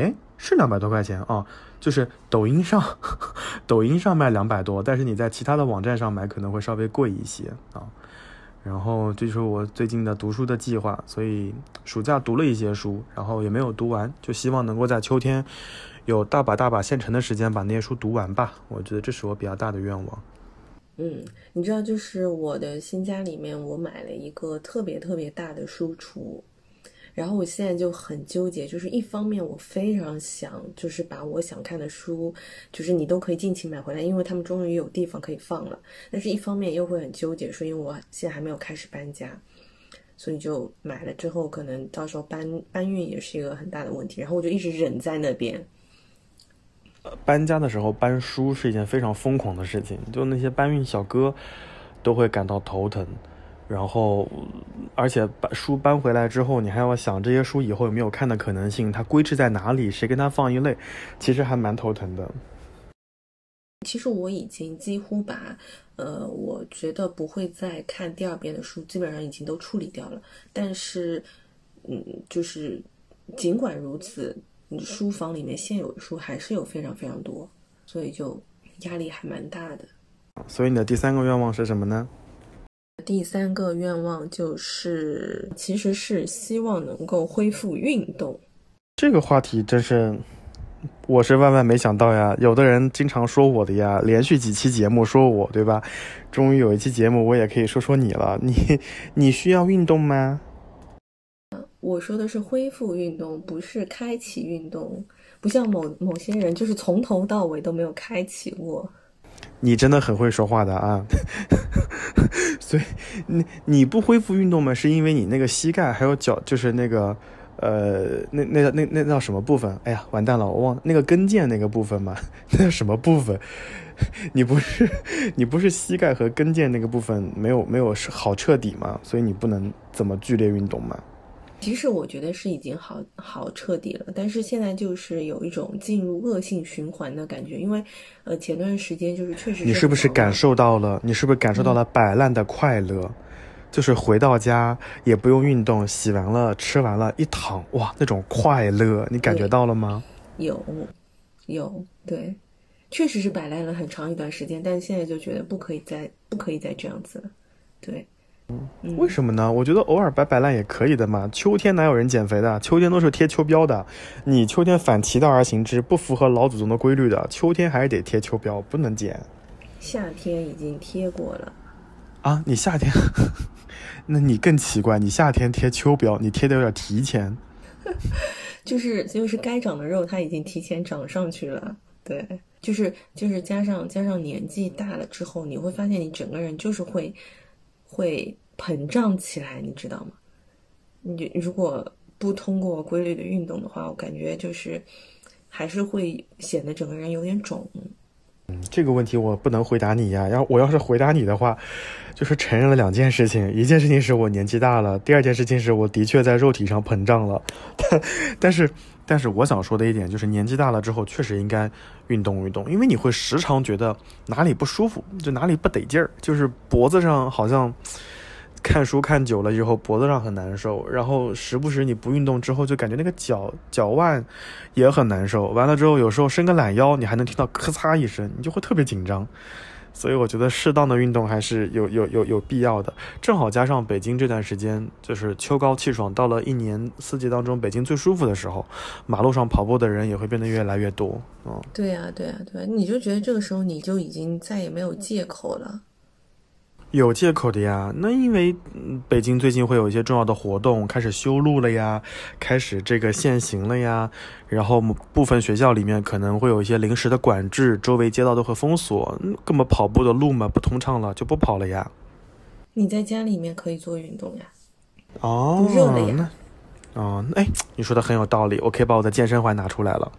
是200多块钱啊，就是抖音上卖200多，但是你在其他的网站上买可能会稍微贵一些啊。然后这就是我最近的读书的计划，所以暑假读了一些书，然后也没有读完，就希望能够在秋天有大把现成的时间把那些书读完吧。我觉得这是我比较大的愿望。 你知道，就是我的新家里面，我买了一个特别大的书橱，然后我现在就很纠结，就是一方面我非常想就是把我想看的书，就是你都可以尽情买回来，因为他们终于有地方可以放了，但是一方面又会很纠结，说因为我现在还没有开始搬家，所以就买了之后可能到时候搬运也是一个很大的问题，然后我就一直忍在那边。 搬家的时候搬书是一件非常疯狂的事情，就那些搬运小哥都会感到头疼，然后而且书搬回来之后，你还要想这些书以后有没有看的可能性，它归置在哪里，谁跟它放一类，其实还蛮头疼的。 其实我已经几乎把我觉得不会再看第二遍的书基本上已经都处理掉了，但是就是尽管如此，书房里面现有的书还是有非常多，所以就压力还蛮大的。 所以你的第3个愿望是什么呢？ 第3个愿望其实是希望能够恢复运动。 这个话题真是我是万万没想到呀，有的人经常说我的呀，连续几期节目说我，对吧？终于有一期节目我也可以说你了。你需要运动吗？ 我说的是恢复运动，不是开启运动，不像某些人就是从头到尾都没有开启过。 你真的很会说话的啊。所以你不恢复运动吗？是因为你那个膝盖还有脚，就是那个那叫什么部分？哎呀，完蛋了，我忘了那个跟腱那个部分吗？那叫什么部分？你不是膝盖和跟腱那个部分没有好彻底吗？所以你不能怎么剧烈运动吗？ 其实我觉得是已经好彻底了，但是现在就是有一种进入恶性循环的感觉，因为前段时间就是确实你是不是感受到了摆烂的快乐？就是回到家也不用运动，洗完了吃完了一躺，哇，那种快乐你感觉到了吗？ 有，对，确实是摆烂了很长一段时间，但是现在就觉得不可以再这样子了，对。 为什么呢？我觉得偶尔摆烂也可以的嘛。秋天哪有人减肥的？秋天都是贴秋膘的。你秋天反其道而行之，不符合老祖宗的规律的。秋天还是得贴秋膘，不能减。 夏天已经贴过了啊？你夏天？那你更奇怪，你夏天贴秋膘，你贴的有点提前。 就是该长的肉，它已经提前长上去了。对，就是加上年纪大了之后，你会发现你整个人就是会膨胀起来，你知道吗？你如果不通过规律的运动的话，我感觉就是还是会显得整个人有点肿。 这个问题我不能回答你呀。我要是回答你的话，就是承认了2件事情，一件事情是我年纪大了，第2件事情是我的确在肉体上膨胀了。但是我想说的一点就是年纪大了之后确实应该运动，因为你会时常觉得哪里不舒服，就哪里不得劲儿，就是脖子上好像看书看久了以后脖子上很难受，然后时不时你不运动之后就感觉那个脚腕也很难受，完了之后有时候伸个懒腰你还能听到咔嚓一声，你就会特别紧张。所以我觉得适当的运动还是有必要的。正好加上北京这段时间就是秋高气爽，到了一年4季当中北京最舒服的时候，马路上跑步的人也会变得越来越多。 对呀，你就觉得这个时候你就已经再也没有借口了。 有借口的呀，那因为北京最近会有一些重要的活动，开始修路了呀，开始这个限行了呀，然后部分学校里面可能会有一些临时的管制，周围街道都会封锁，根本跑步的路嘛不通畅了，就不跑了呀。 你在家里面可以做运动呀。 哦， 不热了呀。 哎，你说的很有道理，我可以把我的健身环拿出来了。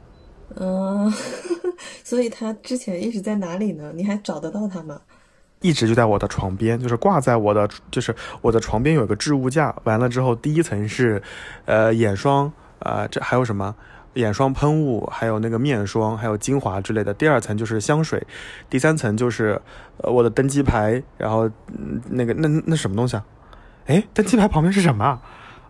所以他之前一直在哪里呢？你还找得到他吗？ 一直就在我的床边，就是挂在我的床边有个置物架，完了之后第一层是眼霜，这还有什么眼霜喷雾，还有那个面霜，还有精华之类的，第2层就是香水，第3层就是我的登机牌，然后那什么东西啊？哎，登机牌旁边是什么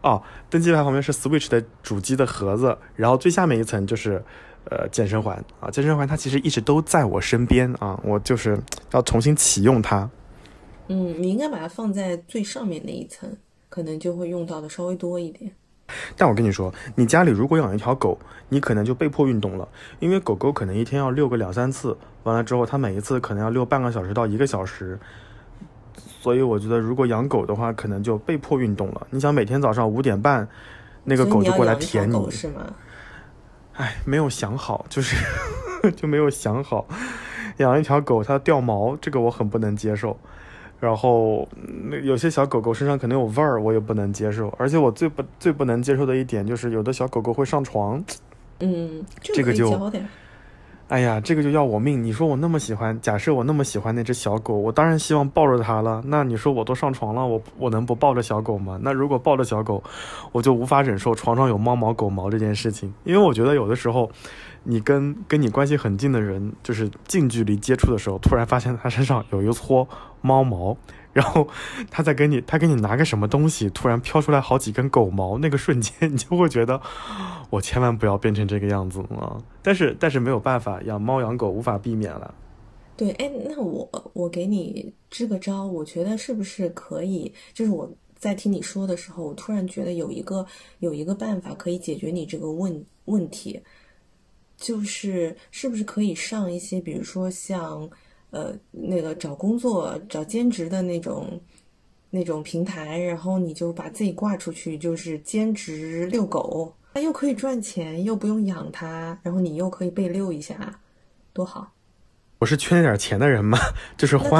哦，登机牌旁边是 Switch 的主机的盒子，然后最下面一层就是健身环啊。健身环它其实一直都在我身边啊，我就是要重新启用它。 你应该把它放在最上面那一层，可能就会用到的稍微多一点。 但我跟你说，你家里如果养一条狗，你可能就被迫运动了，因为狗狗可能一天要遛个2-3次，完了之后它每一次可能要遛半个小时到1个小时，所以我觉得如果养狗的话，可能就被迫运动了。你想每天早上5点半，那个狗就过来舔你， 是吗？ 哎，没有想好，就是就没有想好，养一条狗它掉毛，这个我很不能接受。然后有些小狗狗身上可能有味儿，我也不能接受。而且我最不能接受的一点就是有的小狗狗会上床， 这个就哎呀，这个就要我命。你说我那么喜欢，假设我那么喜欢那只小狗，我当然希望抱着它了。那你说我都上床了，我能不抱着小狗吗？那如果抱着小狗，我就无法忍受床上有猫毛狗毛这件事情。因为我觉得有的时候你跟你关系很近的人，就是近距离接触的时候，突然发现他身上有一撮猫毛，然后他给你拿个什么东西，突然飘出来好几根狗毛，那个瞬间你就会觉得我千万不要变成这个样子啊！但是没有办法，养猫养狗无法避免了。 对，哎，那我给你支个招，我觉得是不是可以？就是我在听你说的时候，我突然觉得有一个办法可以解决你这个问题，就是是不是可以上一些，比如说像那个找工作、找兼职的那种平台，然后你就把自己挂出去，就是兼职遛狗，它又可以赚钱，又不用养它，然后你又可以被遛一下，多好。 我是缺那点钱的人吗？就是花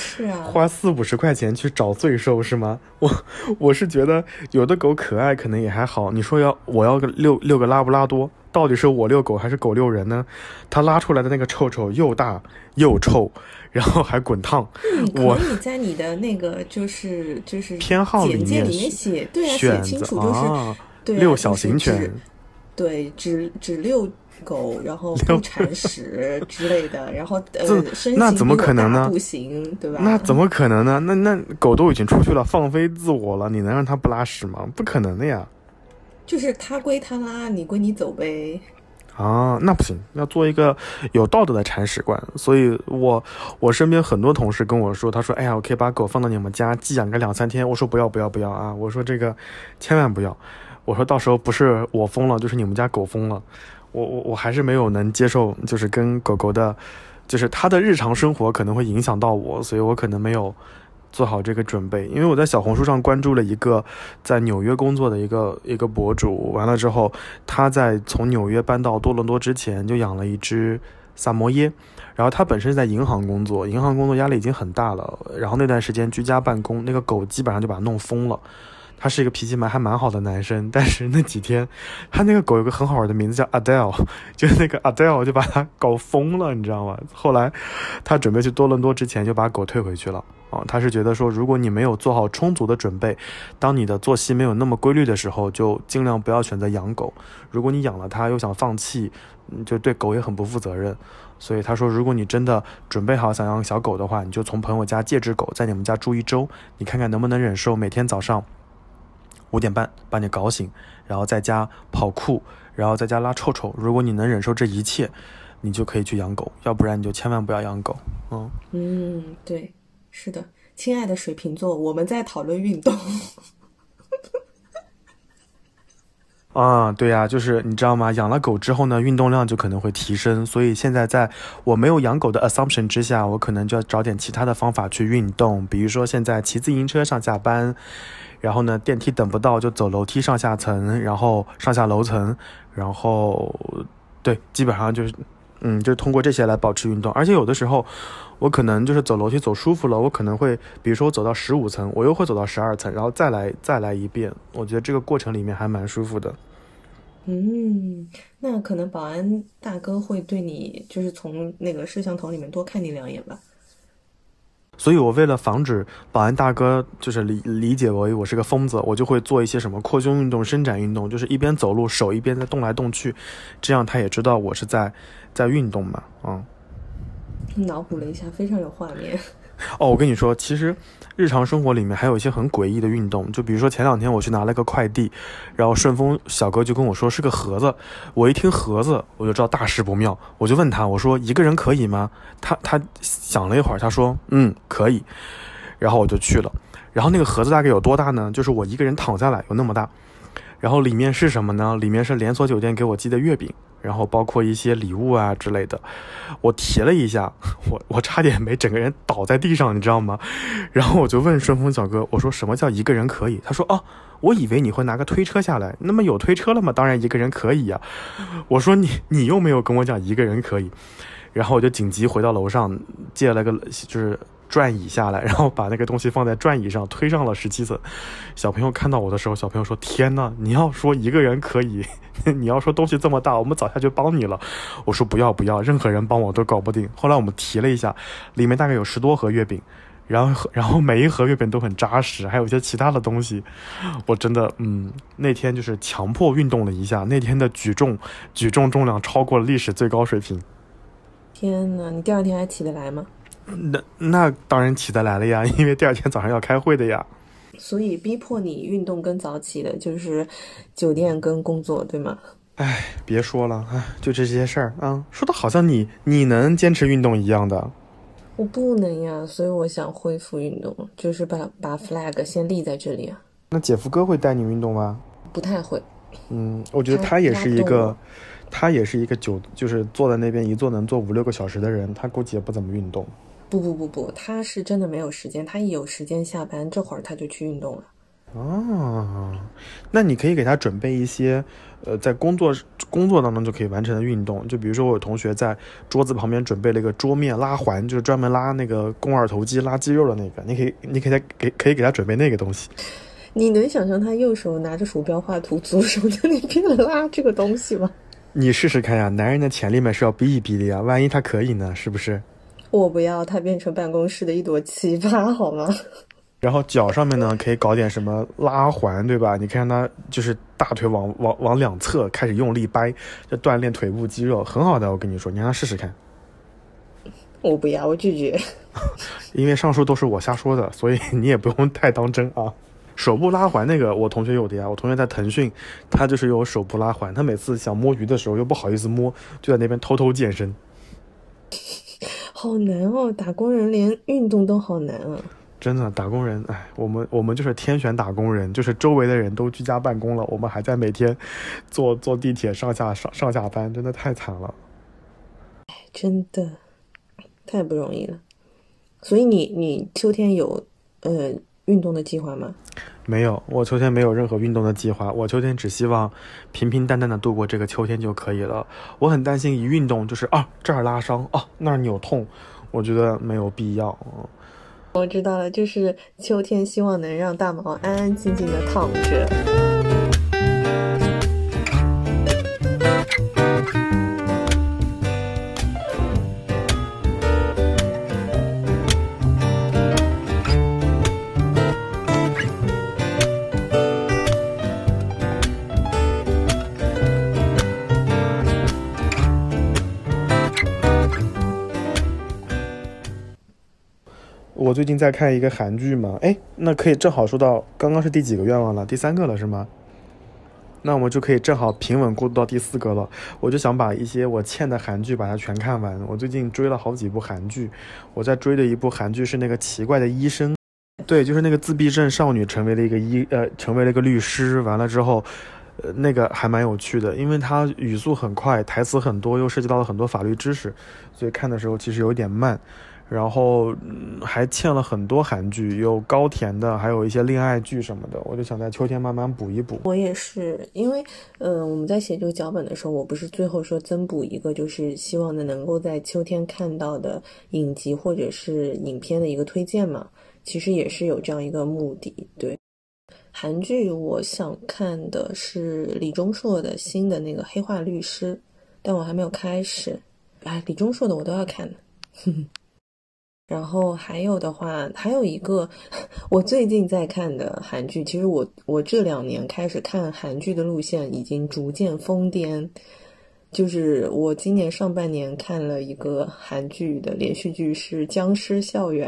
40-50块钱去找罪受是吗？我是觉得有的狗可爱可能也还好。你说我要遛个拉布拉多，到底是我遛狗还是狗遛人呢？它拉出来的那个臭臭又大又臭，然后还滚烫。 你可以在你的那个就是偏好简介里面写，对啊，写清楚就是、对啊， 遛小型犬， 对，只遛狗，然后不铲屎之类的，然后身那怎么可能呢？ 不行，对吧？ 那怎么可能呢？那狗都已经出去了，放飞自我了，你能让它不拉屎吗？不可能的呀。 就是它归它拉，你归你走呗。 啊，那不行，要做一个有道德的铲屎官。所以我身边很多同事跟我说，他说，哎呀，我可以把狗放到你们家寄养个2-3天。我说不要啊，我说这个千万不要。我说到时候不是我疯了，就是你们家狗疯了。我还是没有能接受，就是跟狗狗的，就是它的日常生活可能会影响到我，所以我可能没有做好这个准备。因为我在小红书上关注了一个在纽约工作的一个博主，完了之后他在从纽约搬到多伦多之前就养了一只萨摩耶，然后他本身是在银行工作压力已经很大了，然后那段时间居家办公，那个狗基本上就把他弄疯了。他是一个脾气还蛮好的男生，但是那几天他那个狗有个很好玩的名字叫 Adele， 就是那个 Adele 就把他搞疯了，你知道吗？后来他准备去多伦多之前就把狗退回去了他是觉得说，如果你没有做好充足的准备，当你的作息没有那么规律的时候，就尽量不要选择养狗。如果你养了它又想放弃，就对狗也很不负责任。所以他说，如果你真的准备好想养小狗的话，你就从朋友家借只狗，在你们家住1周，你看看能不能忍受每天早上5点半把你搞醒，然后在家跑酷，然后在家拉臭臭。如果你能忍受这一切，你就可以去养狗，要不然你就千万不要养狗。 对，是的，亲爱的水瓶座，我们在讨论运动。 对呀，就是你知道吗？养了狗之后呢，运动量就可能会提升，所以现在在我没有养狗的 assumption 之下，我可能就要找点其他的方法去运动，比如说现在骑自行车上下班，然后呢电梯等不到就走楼梯上下层，然后上下楼层，然后对，基本上就是就通过这些来保持运动。而且有的时候我可能就是走楼梯走舒服了，我可能会比如说我走到15层，我又会走到12层，然后再来一遍。我觉得这个过程里面还蛮舒服的。 那可能保安大哥会对你就是从那个摄像头里面多看你2眼吧。 所以我为了防止保安大哥就是理解我是个疯子，我就会做一些什么扩胸运动、伸展运动，就是一边走路手一边在动来动去，这样他也知道我是在运动嘛。 脑补了一下，非常有画面。 哦，我跟你说，其实日常生活里面还有一些很诡异的运动，就比如说前2天我去拿了个快递，然后顺丰小哥就跟我说是个盒子，我一听盒子我就知道大事不妙，我就问他，我说一个人可以吗？他想了一会儿，他说可以，然后我就去了，然后那个盒子大概有多大呢？就是我一个人躺下来有那么大，然后里面是什么呢？里面是连锁酒店给我寄的月饼，然后包括一些礼物啊之类的。我提了一下，我差点没整个人倒在地上，你知道吗？然后我就问顺丰小哥，我说什么叫一个人可以？他说我以为你会拿个推车下来，那么有推车了吗？当然一个人可以呀。我说你又没有跟我讲一个人可以，然后我就紧急回到楼上借了个就是转椅下来，然后把那个东西放在转椅上推上了17层。小朋友看到我的时候，小朋友说天哪，你要说一个人可以，你要说东西这么大，我们早下就帮你了。我说不要，任何人帮我都搞不定。后来我们提了一下，里面大概有10多盒月饼，然后每一盒月饼都很扎实，还有一些其他的东西。我真的那天就是强迫运动了一下，那天的举重重量超过了历史最高水平。 天哪，你第2天还起得来吗？ 那当然起得来了呀，因为第2天早上要开会的呀。 所以逼迫你运动跟早起的就是酒店跟工作，对吗？ 哎，别说了，就这些事儿啊，说的好像你能坚持运动一样的。 我不能呀，所以我想恢复运动，就是把 flag 先立在这里啊。 那姐夫哥会带你运动吗？ 不太会。 我觉得他也是一个就是坐在那边一坐能坐5-6个小时的人，他估计也不怎么运动。 不，他是真的没有时间，他一有时间下班这会儿他就去运动了。 那你可以给他准备一些在工作当中就可以完成的运动，就比如说我有同学在桌子旁边准备了一个桌面拉环，就是专门拉那个肱二头肌拉肌肉的那个，你可以给他准备那个东西。 你能想象他右手拿着鼠标画图，左手在那边拉这个东西吗？ 你试试看呀，男人的潜力嘛是要逼一逼的呀，万一他可以呢，是不是？ 我不要他变成办公室的一朵奇葩好吗？ 然后脚上面呢可以搞点什么拉环，对吧？你可以让他就是大腿往两侧开始用力掰，就锻炼腿部肌肉，很好的，我跟你说，你让他试试看。 我不要，我拒绝。 因为上述都是我瞎说的，所以你也不用太当真啊。手部拉环那个我同学有的呀，我同学在腾讯，他就是有手部拉环，他每次想摸鱼的时候又不好意思摸，就在那边偷偷健身。 好难哦，打工人连运动都好难啊。 真的，打工人，我们就是天选打工人，就是周围的人都居家办公了，我们还在每天坐地铁上下班，真的太惨了。 真的太不容易了。所以你秋天有运动的计划吗？ 没有，我秋天没有任何运动的计划，我秋天只希望平平淡淡的度过这个秋天就可以了。我很担心一运动就是这儿拉伤那儿扭痛，我觉得没有必要。 我知道了，就是秋天希望能让大毛安安静静的躺着。 我最近在看一个韩剧嘛，那可以正好说到刚刚是第几个愿望了？第3个了是吗？那我们就可以正好平稳过渡到第4个了。我就想把一些我欠的韩剧把它全看完。我最近追了好几部韩剧，我在追的一部韩剧是那个奇怪的医生，对，就是那个自闭症少女成为了一个律师，完了之后那个还蛮有趣的，因为它语速很快，台词很多，又涉及到了很多法律知识，所以看的时候其实有点慢。然后还欠了很多韩剧，有高甜的，还有一些恋爱剧什么的，我就想在秋天慢慢补一补。 我也是，因为我们在写这个脚本的时候，我不是最后说增补一个，就是希望能够在秋天看到的影集或者是影片的一个推荐嘛，其实也是有这样一个目的。对，韩剧我想看的是李钟硕的新的那个黑化律师，但我还没有开始。李钟硕的我都要看的。然后还有的话，还有一个我最近在看的韩剧，其实我这2年开始看韩剧的路线已经逐渐疯癫。就是我今年上半年看了一个韩剧的连续剧是《僵尸校园》。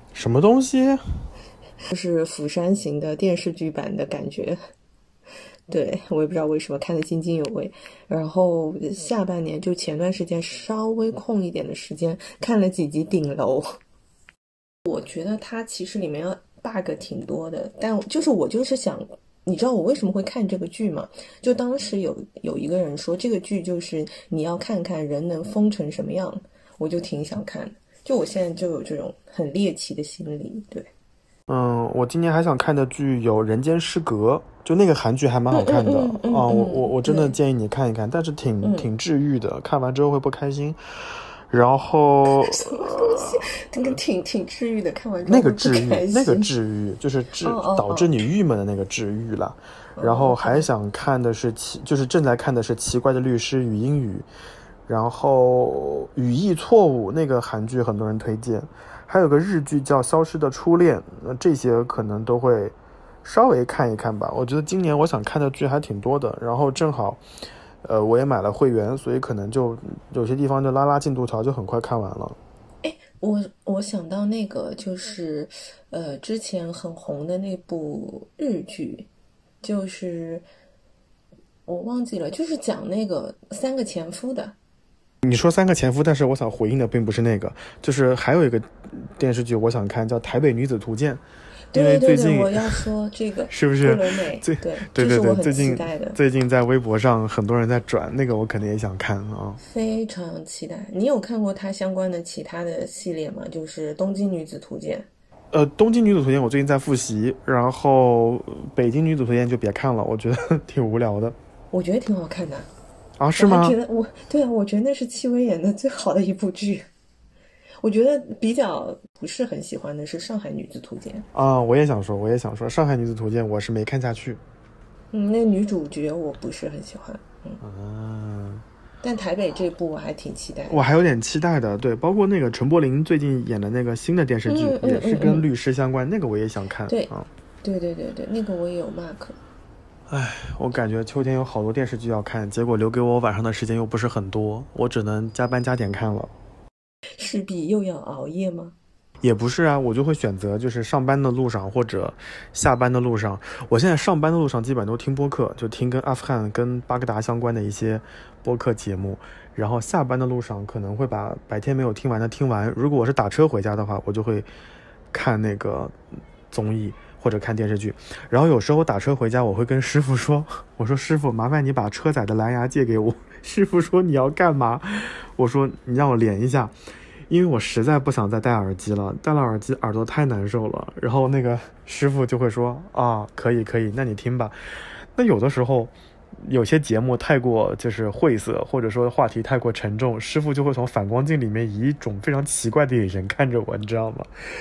什么东西？ 就是釜山行的电视剧版的感觉。对，我也不知道为什么看得津津有味。然后下半年就前段时间稍微空一点的时间看了几集顶楼。我觉得它其实里面 bug 挺多的，但我就是想，你知道我为什么会看这个剧吗？就当时有一个人说这个剧就是你要看看人能疯成什么样，我就挺想看的。就我现在就有这种很猎奇的心理。对， 我今年还想看的剧有《人间失格》，就那个韩剧还蛮好看的啊，我真的建议你看一看，但是挺治愈的，看完之后会不开心。然后什么东西？那个挺治愈的，看完之后那个治愈就是导致你郁闷的那个治愈了。然后还想看的是就是正在看的是《奇怪的律师与英语》，然后语义错误那个韩剧很多人推荐，还有个日剧叫《消失的初恋》，这些可能都会稍微看一看吧。我觉得今年我想看的剧还挺多的，然后正好我也买了会员，所以可能就有些地方就拉进度条，就很快看完了。 我想到那个就是之前很红的那部日剧，就是我忘记了，就是讲那个3个前夫的。 你说3个前夫，但是我想回应的并不是那个，就是还有一个电视剧我想看，叫《台北女子图鉴》。因为最近我要说这个是不是对，最近在微博上很多人在转那个，我肯定也想看啊， 非常期待。你有看过它相关的其他的系列吗？就是《东京女子图鉴》。 东京女子图鉴我最近在复习，然后北京女子图鉴就别看了，我觉得挺无聊的。 我觉得挺好看的啊，是吗？ 我觉得那是戚薇演的最好的一部剧。我觉得比较不是很喜欢的是《上海女子图鉴》 啊，我也想说，《上海女子图鉴》我是没看下去。 那个女主角我不是很喜欢。但台北这部我还挺期待的。 我还有点期待的，对，包括那个陈柏霖最近演的那个新的电视剧，也是跟律师相关，那个我也想看。 对，那个我也有 mark。 我感觉秋天有好多电视剧要看，结果留给我晚上的时间又不是很多，我只能加班加点看了。 势必又要熬夜吗？ 也不是啊，我就会选择就是上班的路上或者下班的路上。我现在上班的路上基本都听播客，就听跟阿富汗跟巴格达相关的一些播客节目，然后下班的路上可能会把白天没有听完的听完。如果我是打车回家的话，我就会看那个综艺或者看电视剧。然后有时候打车回家，我会跟师傅说，我说师傅麻烦你把车载的蓝牙借给我。师傅说你要干嘛？我说你让我连一下，因为我实在不想再戴耳机了，戴了耳机耳朵太难受了。然后那个师傅就会说啊，可以，那你听吧。那有的时候有些节目太过就是晦涩，或者说话题太过沉重，师傅就会从反光镜里面以一种非常奇怪的眼神看着我，你知道吗？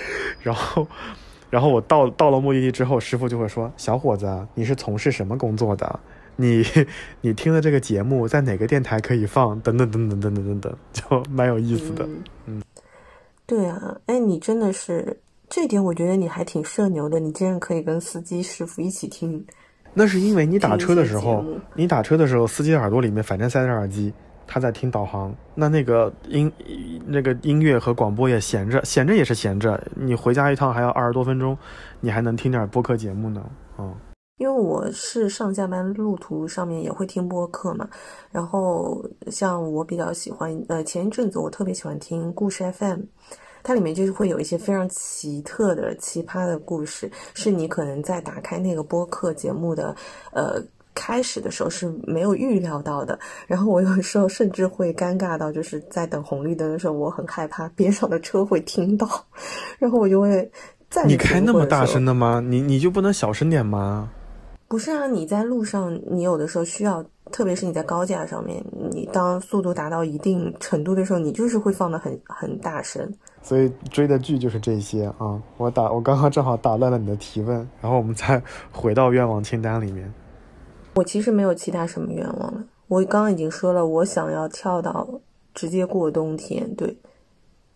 然后我到了目的地之后，师傅就会说，小伙子，你是从事什么工作的？你听的这个节目在哪个电台可以放？等等，就蛮有意思的。 对啊，你真的是这点，我觉得你还挺社牛的，你竟然可以跟司机师傅一起听。 那是因为你打车的时候，司机耳朵里面反正塞着耳机，他在听导航，那个音乐和广播也闲着也是闲着，你回家一趟还要20多分钟，你还能听点播客节目呢。 因为我是上下班路途上面也会听播客嘛，然后像我比较喜欢前一阵子我特别喜欢听故事 FM， 它里面就是会有一些非常奇特的奇葩的故事，是你可能在打开那个播客节目的开始的时候是没有预料到的。然后我有时候甚至会尴尬到就是在等红绿灯的时候，我很害怕边上的车会听到，然后我就会你开那么大声的吗？你就不能小声点吗？ 不是啊，你在路上你有的时候需要，特别是你在高架上面，你当速度达到一定程度的时候，你就是会放得很大声。 所以追的剧就是这些啊。我刚刚正好打乱了你的提问，然后我们再回到愿望清单里面。 我其实没有其他什么愿望了，我刚刚已经说了，我想要跳到直接过冬天。对，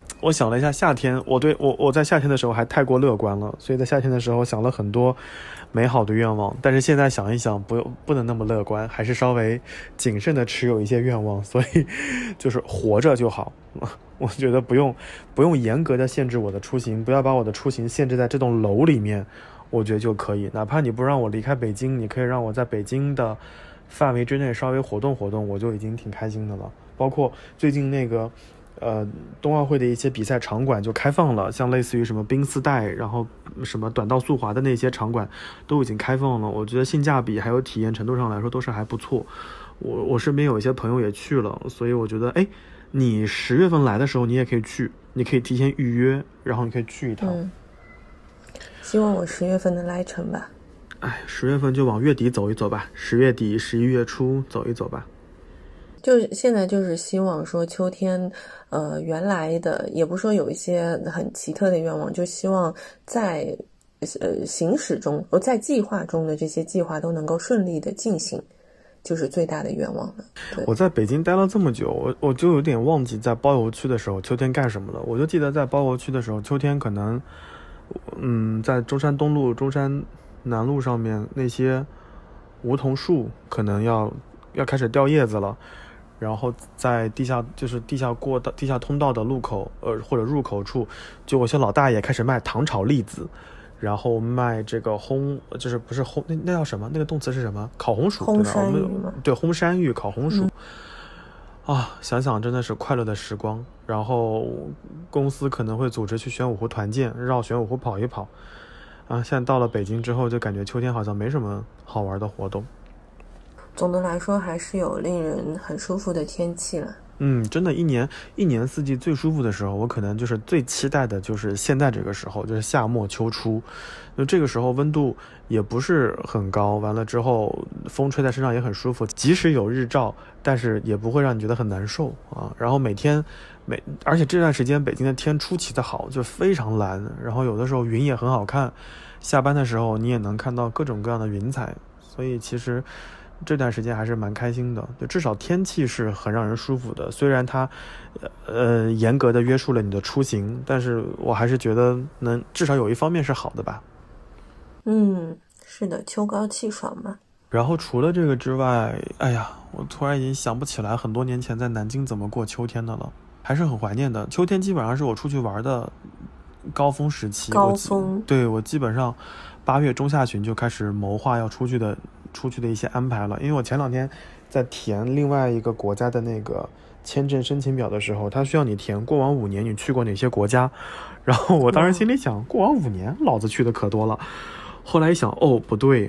我想了一下夏天，我在夏天的时候还太过乐观了，所以在夏天的时候想了很多美好的愿望，但是现在想一想不能那么乐观，还是稍微谨慎的持有一些愿望，所以就是活着就好。我觉得不用严格的限制我的出行，不要把我的出行限制在这栋楼里面，我觉得就可以。哪怕你不让我离开北京，你可以让我在北京的范围之内稍微活动活动，我就已经挺开心的了。包括最近那个冬奥会的一些比赛场馆就开放了，像类似于什么冰丝带，然后什么短道速滑的那些场馆都已经开放了，我觉得性价比还有体验程度上来说都是还不错。我身边有一些朋友也去了，所以我觉得你10月份来的时候你也可以去，你可以提前预约，然后你可以去一趟。 希望我10月份能来成吧。 10月份就往月底走一走吧，10月底11月初走一走吧。 就是现在就是希望说秋天原来的也不说有一些很奇特的愿望，就希望在行驶中在计划中的这些计划都能够顺利的进行，就是最大的愿望了。 我在北京待了这么久，我就有点忘记在包邮区的时候秋天干什么了。我就记得在包邮区的时候秋天可能在中山东路中山南路上面那些梧桐树可能要开始掉叶子了，然后在地下通道的路口或者入口处，就有些老大爷开始卖糖炒栗子，然后卖这个就是不是那叫什么？那个动词是什么？烤红薯。 烘山芋吗？ 对，烘山芋烤红薯。想想真的是快乐的时光。然后公司可能会组织去玄武湖团建，绕玄武湖跑一跑。现在到了北京之后，就感觉秋天好像没什么好玩的活动。 总的来说还是有令人很舒服的天气了。 真的一年四季最舒服的时候，我可能就是最期待的就是现在这个时候，就是夏末秋初。就这个时候温度也不是很高，完了之后风吹在身上也很舒服，即使有日照，但是也不会让你觉得很难受啊。然后而且这段时间北京的天出奇的好，就非常蓝，然后有的时候云也很好看，下班的时候你也能看到各种各样的云彩，所以其实这段时间还是蛮开心的，就至少天气是很让人舒服的。虽然它严格的约束了你的出行，但是我还是觉得至少有一方面是好的吧。 是的，秋高气爽嘛。 然后除了这个之外，我突然已经想不起来很多年前在南京怎么过秋天的了，还是很怀念的。秋天基本上是我出去玩的高峰时期。对，我基本上8月中下旬就开始谋划要出去的一些安排了。因为我前2天在填另外一个国家的那个签证申请表的时候，它需要你填过往5年你去过哪些国家，然后我当时心里想，过往5年老子去的可多了。后来一想，不对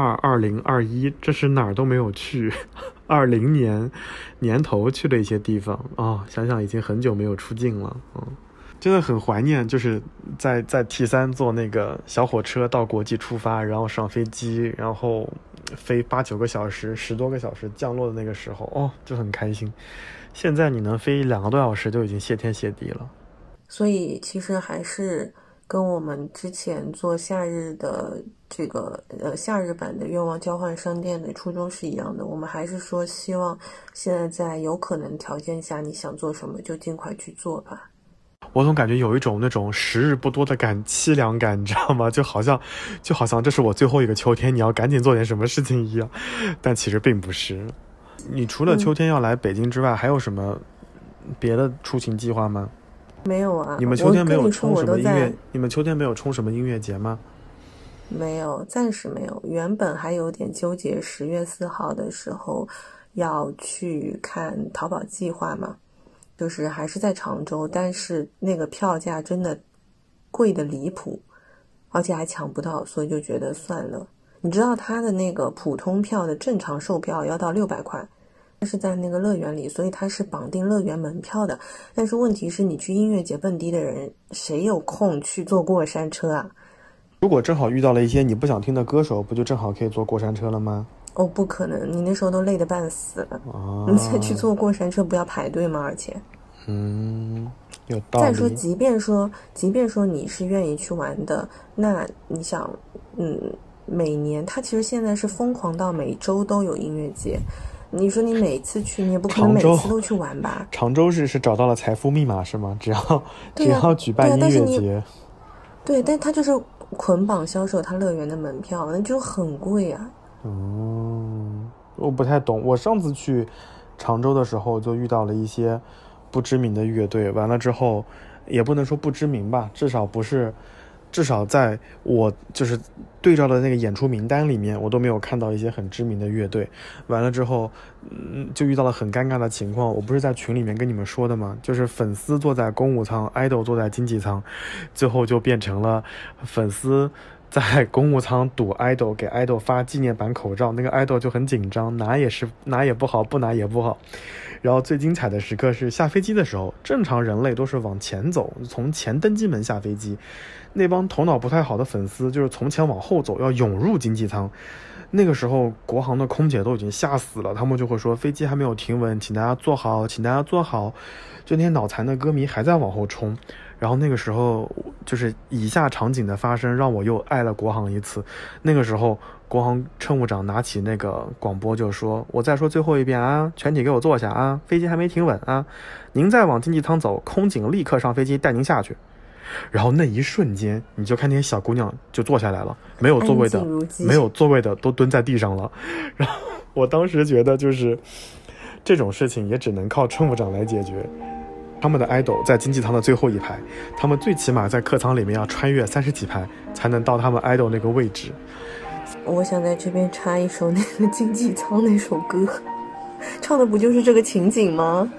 ，22、20、21这是哪儿都没有去。20年头去了一些地方想想已经很久没有出境了。真的很怀念，就是在T3坐那个小火车到国际出发，然后上飞机，然后飞8、9个小时10多个小时降落的那个时候就很开心。现在你能飞2个多小时就已经谢天谢地了。 所以其实还是跟我们之前做夏日的这个夏日版的愿望交换商店的初衷是一样的。我们还是说希望现在在有可能条件下，你想做什么就尽快去做吧。 我总感觉有一种那种时日不多的凄凉感，你知道吗？就好像这是我最后一个秋天，你要赶紧做点什么事情一样。但其实并不是。你除了秋天要来北京之外，还有什么别的出行计划吗？ 没有啊。 你们秋天没有冲什么音乐？你们秋天没有冲什么音乐节吗？ 没有，暂时没有。原本还有点纠结，10月4号的时候要去看淘宝计划嘛，就是还是在常州，但是那个票价真的贵的离谱，而且还抢不到，所以就觉得算了。你知道它的那个普通票的正常售票要到600块，是在那个乐园里，所以它是绑定乐园门票的。但是问题是你去音乐节蹦迪的人，谁有空去坐过山车啊？ 如果正好遇到了一些你不想听的歌手，不就正好可以坐过山车了吗？ 不可能，你那时候都累得半死了。你再去坐过山车不要排队吗？而且有道理。 再说即便说你是愿意去玩的，那你想每年它其实现在是疯狂到每周都有音乐节， 你说你每次去，你也不可能每次都去玩吧？ 常州是找到了财富密码是吗？只要举办音乐节， 对，但它就是捆绑销售它乐园的门票，那就很贵啊。 我不太懂。我上次去常州的时候就遇到了一些不知名的乐队，完了之后也不能说不知名吧，至少在我就是对照的那个演出名单里面，我都没有看到一些很知名的乐队。完了之后就遇到了很尴尬的情况。我不是在群里面跟你们说的吗？就是粉丝坐在公务舱， idol 坐在经济舱，最后就变成了粉丝在公务舱堵 idol， 给 idol 发纪念版口罩，那个 idol 就很紧张，拿也不好，不拿也不好。然后最精彩的时刻是下飞机的时候，正常人类都是往前走，从前登机门下飞机，那帮头脑不太好的粉丝就是从前往后走，要涌入经济舱。那个时候国航的空姐都已经吓死了，他们就会说飞机还没有停稳，请大家坐好，请大家坐好。就那些脑残的歌迷还在往后冲。然后那个时候就是以下场景的发生让我又爱了国航一次。那个时候国航乘务长拿起那个广播就说，我再说最后一遍啊，全体给我坐下啊，飞机还没停稳啊，您再往经济舱走，空警立刻上飞机带您下去。然后那一瞬间你就看那些小姑娘就坐下来了，没有座位的都蹲在地上了。然后我当时觉得就是这种事情也只能靠乘务长来解决。他们的 idol 在经济舱的最后一排，他们最起码在客舱里面要穿越30几排才能到他们 idol 那个位置。 我想在这边插一首那个经济舱那首歌，唱的不就是这个情景吗？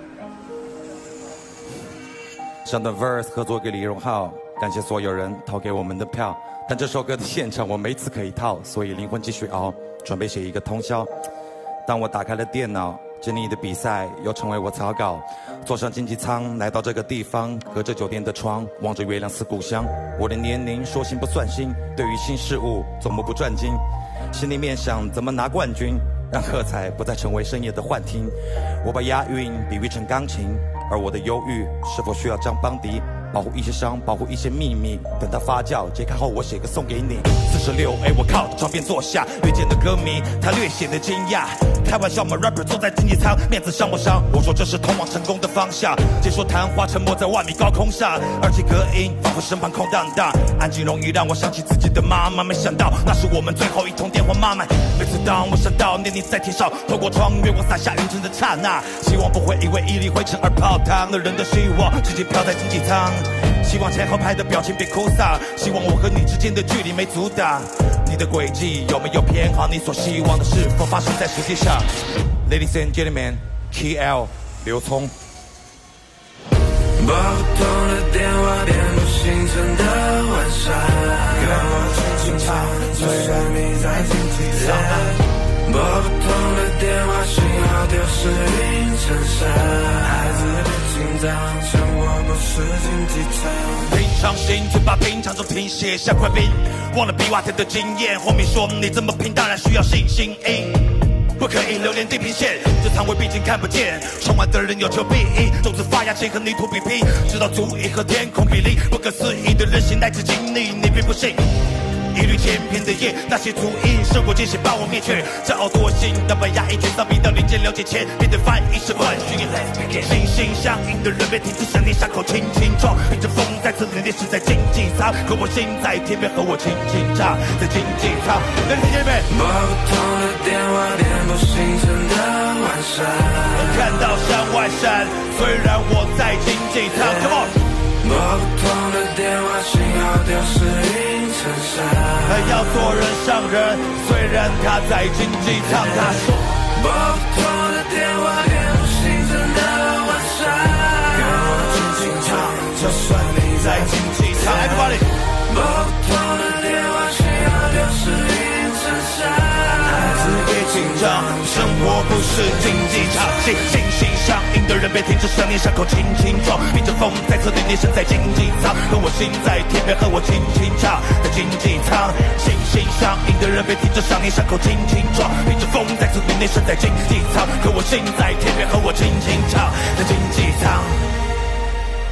上段 verse 合作给李荣浩，感谢所有人投给我们的票，但这首歌的现场我没词可以套，所以灵魂继续熬，准备写一个通宵。当我打开了电脑，经历的比赛又成为我草稿，坐上经济舱来到这个地方，隔着酒店的窗望着月亮思故乡。我的年龄说新不算新，对于新事物总目不转睛，心里面想怎么拿冠军，让喝彩不再成为深夜的幻听。我把押韵比喻成钢琴，而我的忧郁是否需要张邦迪保护一些伤，保护一些秘密，等它发酵揭开后我写个送给你。46我靠着床边坐下，遇见的歌迷他略显的惊讶，开玩笑吗 rapper 坐在经济舱面子伤不伤？我说这是通往成功的方向，结束谈话沉默在万米高空上，耳机隔音仿佛身旁空荡荡，安静容易让我想起自己的妈妈，没想到那是我们最后一通电话。妈妈每次当我想到念你在天上，透过窗月光洒下云层的刹那，希望不会因为一粒灰尘而泡汤，的人的希望直接飘在经济舱，希望前后排的表情别哭丧，希望我和你之间的距离没阻挡，你的轨迹有没有偏好？你所希望的是否发生在实际上 ？Ladies and gentlemen, KL 刘聪。 拨不通的电话，遍布星辰的晚上，跟我轻轻唱，就算你在经济舱。拨不通的电话，信号丢失云层上，孩子别紧张，生活不是经济舱。 平常心，嘴巴平常中停写下块冰，忘了比瓦特的经验。后面说你这么拼，当然需要信心不可以留连地平线，这仓位毕竟看不见，窗外的人有求必应，种子发芽前和泥土比拼，直到足以和天空比邻，不可思议的韧性来自经历，你并不信。一缕千篇的夜，那些足印，生活艰险把我灭绝，骄傲惰性，当把压抑全丧逼到临界了解前，面对翻译是冠军。心心相印的人别停止想念，伤口轻轻撞，迎着风再次凛冽是在经济舱，可我心在天边和我轻轻唱，在经济舱。来听见没？ 拨不通的电话，遍布星辰的晚上， 看到山外山，虽然我在经济舱。Come on。 拨不通的电话，信号丢失云层上， 还要做人上人，虽然他在经济舱。他说拨不通的电话，遍布星辰的晚上，跟我轻轻唱，就算你在经济舱。 Everybody， 拨不通的电话，信号丢失云层上，孩子别紧张， 生活不是经济舱。心心相印的人别停止想念，伤口轻轻撞，迎着风再次凛冽身在经济舱，和我心在天边和我轻轻唱，在经济舱。心心相印的人别停止想念，伤口轻轻撞，迎着风再次凛冽身在经济舱，和我心在天边和我轻轻唱，在经济舱。 和我心在天边和我轻轻唱，在经济舱。 心心相印的人别停止想念，伤口轻轻撞，迎着风再次凛冽身在经济舱，和我心在天边和我轻轻唱，在经济舱。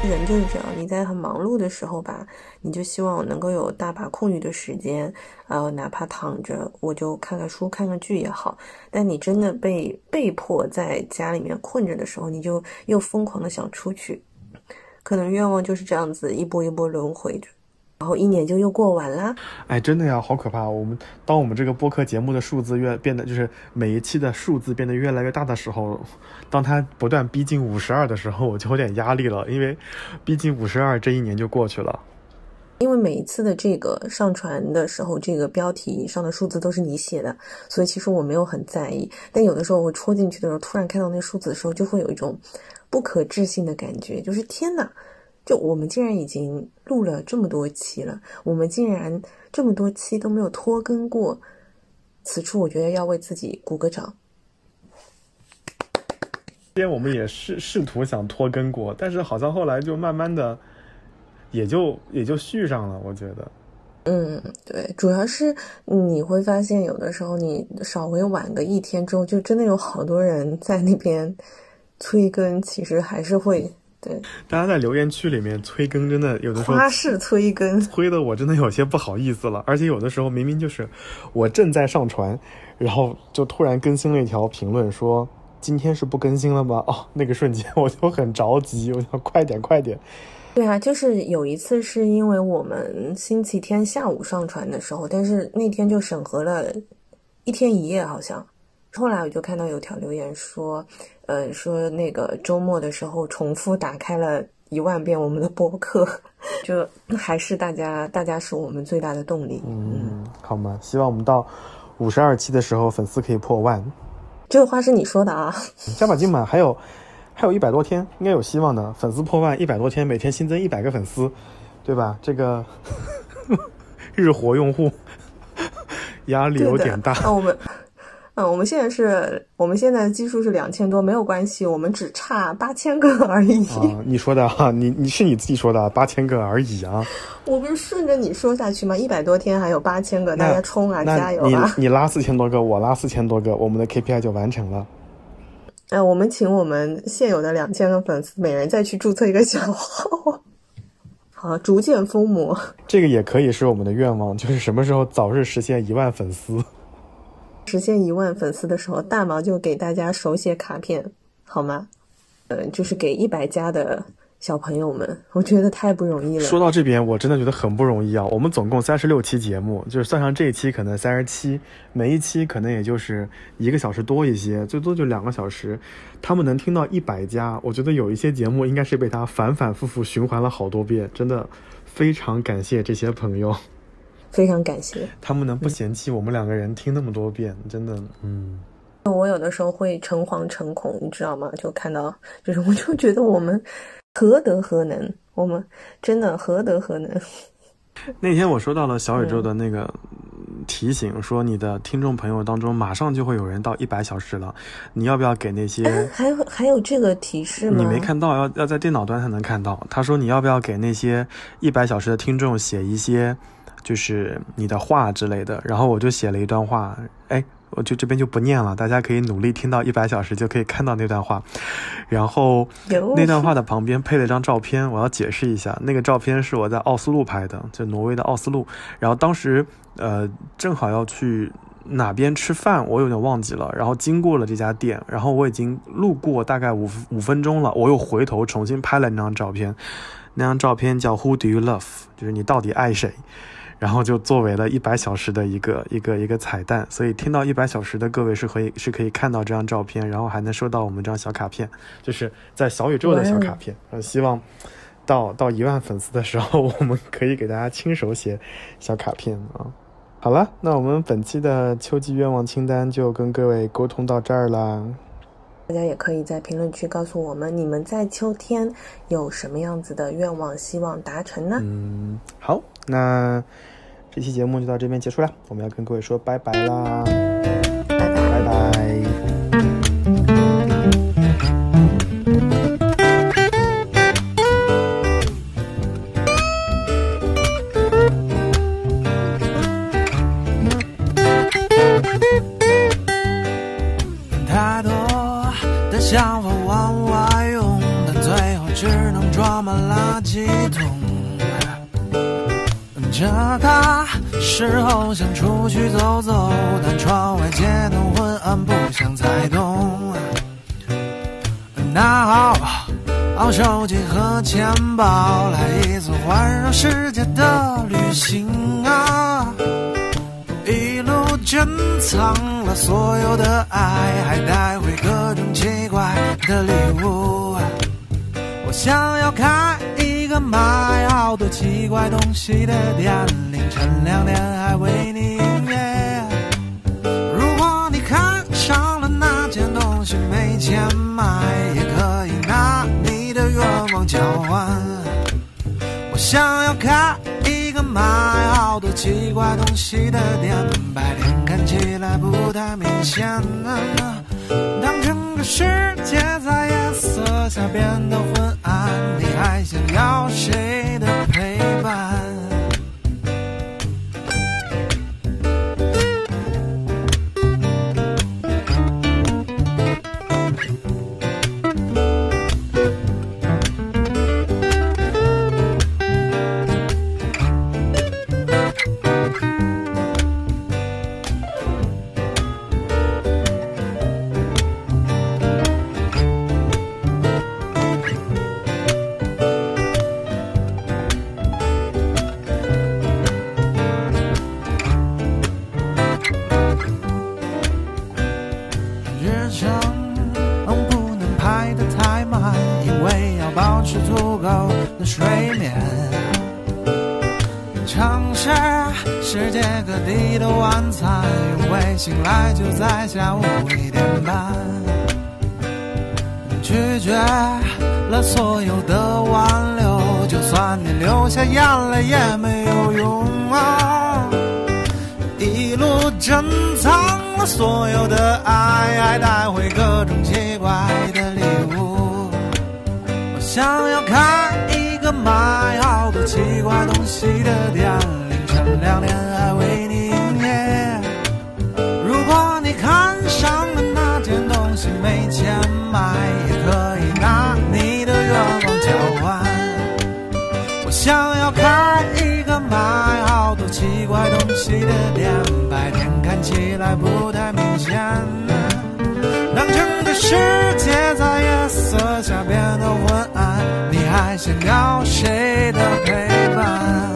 人就是这样，你在很忙碌的时候吧，你就希望能够有大把空余的时间，哪怕躺着我就看看书看看剧也好，但你真的被迫在家里面困着的时候，你就又疯狂的想出去，可能愿望就是这样子一波一波轮回着，然后一年就又过完啦。 哎，真的呀，好可怕！当我们这个播客节目的数字变得，就是每一期的数字变得越来越大的时候，当它不断逼近52的时候，我就有点压力了，因为逼近52这一年就过去了。 因为每一次的这个上传的时候，这个标题上的数字都是你写的，所以其实我没有很在意。但有的时候我戳进去的时候，突然看到那数字的时候，就会有一种不可置信的感觉，就是天哪！就我们竟然已经录了这么多期了，我们竟然这么多期都没有拖更过，此处我觉得要为自己鼓个掌。 因为我们也试图想拖更过，但是好像后来就慢慢的也就续上了，我觉得。 对，主要是你会发现有的时候你稍微晚个一天之后，就真的有好多人在那边催更，其实还是会。对， 大家在留言区里面催更，真的有的时候花式催更， 催的我真的有些不好意思了。而且有的时候明明就是我正在上传，然后就突然更新了一条评论说今天是不更新了吗？那个瞬间我就很着急，我想快点。 对啊，就是有一次是因为我们星期天下午上传的时候，但是那天就审核了1天1夜好像。后来我就看到有条留言说说那个周末的时候重复打开了1万遍我们的播客，就还是大家是我们最大的动力。 好吗？希望我们到52期的时候粉丝可以破万。 这个话是你说的啊。 加把劲嘛，还有100多天，应该有希望的。粉丝破万100多天，每天新增100个粉丝，对吧？这个日活用户压力有点大。 我们现在的基数是2000多，没有关系，我们只差8000个而已。 你说的啊，你是你自己说的8000个而已啊。我不是顺着你说下去吗？100多天还有8000个，大家冲啊，加油啊！ 你拉4000多个，我拉4000多个，我们的 KPI 就完成了。 我们请我们现有的2000个粉丝，每人再去注册一个小号。好，逐渐疯魔。 这个也可以是我们的愿望，就是什么时候早日实现1万粉丝。 实现1万粉丝的时候，大毛就给大家手写卡片，好吗？就是给100加的小朋友们，我觉得太不容易了。 说到这边，我真的觉得很不容易啊！我们总共36期节目，就是算上这一期可能37，每一期可能也就是1个小时多一些，最多就2个小时。他们能听到100加，我觉得有一些节目应该是被他反反复复循环了好多遍，真的非常感谢这些朋友。 非常感谢他们能不嫌弃我们2个人听那么多遍，真的。 我有的时候会诚惶诚恐，你知道吗？就看到就是我就觉得我们何德何能，我们真的何德何能。 那天我收到了小宇宙的那个提醒，说你的听众朋友当中马上就会有人到100小时了，你要不要给那些还有这个提示吗？ 你没看到，要在电脑端才能看到。他说你要不要给那些100小时的听众写一些就是你的话之类的，然后我就写了一段话，我就这边就不念了，大家可以努力听到100小时就可以看到那段话。然后那段话的旁边配了一张照片，我要解释一下，那个照片是我在奥斯陆拍的，就挪威的奥斯陆。然后当时正好要去哪边吃饭，我有点忘记了，然后经过了这家店，然后我已经路过大概5分钟了，我又回头重新拍了那张照片。那张照片叫 Who do you love， 就是你到底爱谁，然后就作为了100小时的一个彩蛋。所以听到100小时的各位是可以看到这张照片，然后还能收到我们这张小卡片，就是在小宇宙的小卡片。希望到1万粉丝的时候，我们可以给大家亲手写小卡片啊。好了，那我们本期的秋季愿望清单就跟各位沟通到这儿啦。 大家也可以在评论区告诉我们，你们在秋天有什么样子的愿望希望达成呢？ 好，那这期节目就到这边结束了，我们要跟各位说拜拜啦，拜拜。 太多的想法往外涌，但最后只能装满了激动。这个时候想出去走走，但窗外街灯昏暗，不想再动。拿好手机和钱包，来一次环绕世界的旅行啊！一路珍藏了所有的爱，还带回各种奇怪的礼物。我想要开一个卖好多奇怪东西的店，凌晨2点还为你营业。如果你看上了那件东西没钱买，也可以拿你的愿望交换。我想要开一个卖好多奇怪东西的店，白天看起来不太明显，当整个世界在夜色下变得昏暗，你还想要谁的陪伴？睡眠，尝试世界各地的晚餐，因为醒来就在下午1点半。拒绝了所有的挽留，就算你流下眼泪也没有用啊！一路珍藏了所有的爱，还带回各种奇怪的礼物。我想要开一个卖好多奇怪东西的店，凌晨2点还为你营业。如果你看上了那件东西没钱买，也可以拿你的愿望交换。我想要开一个卖好多奇怪东西的店，白天看起来不太明显，当整个世界在夜色下变得昏暗，你还想要谁的陪伴？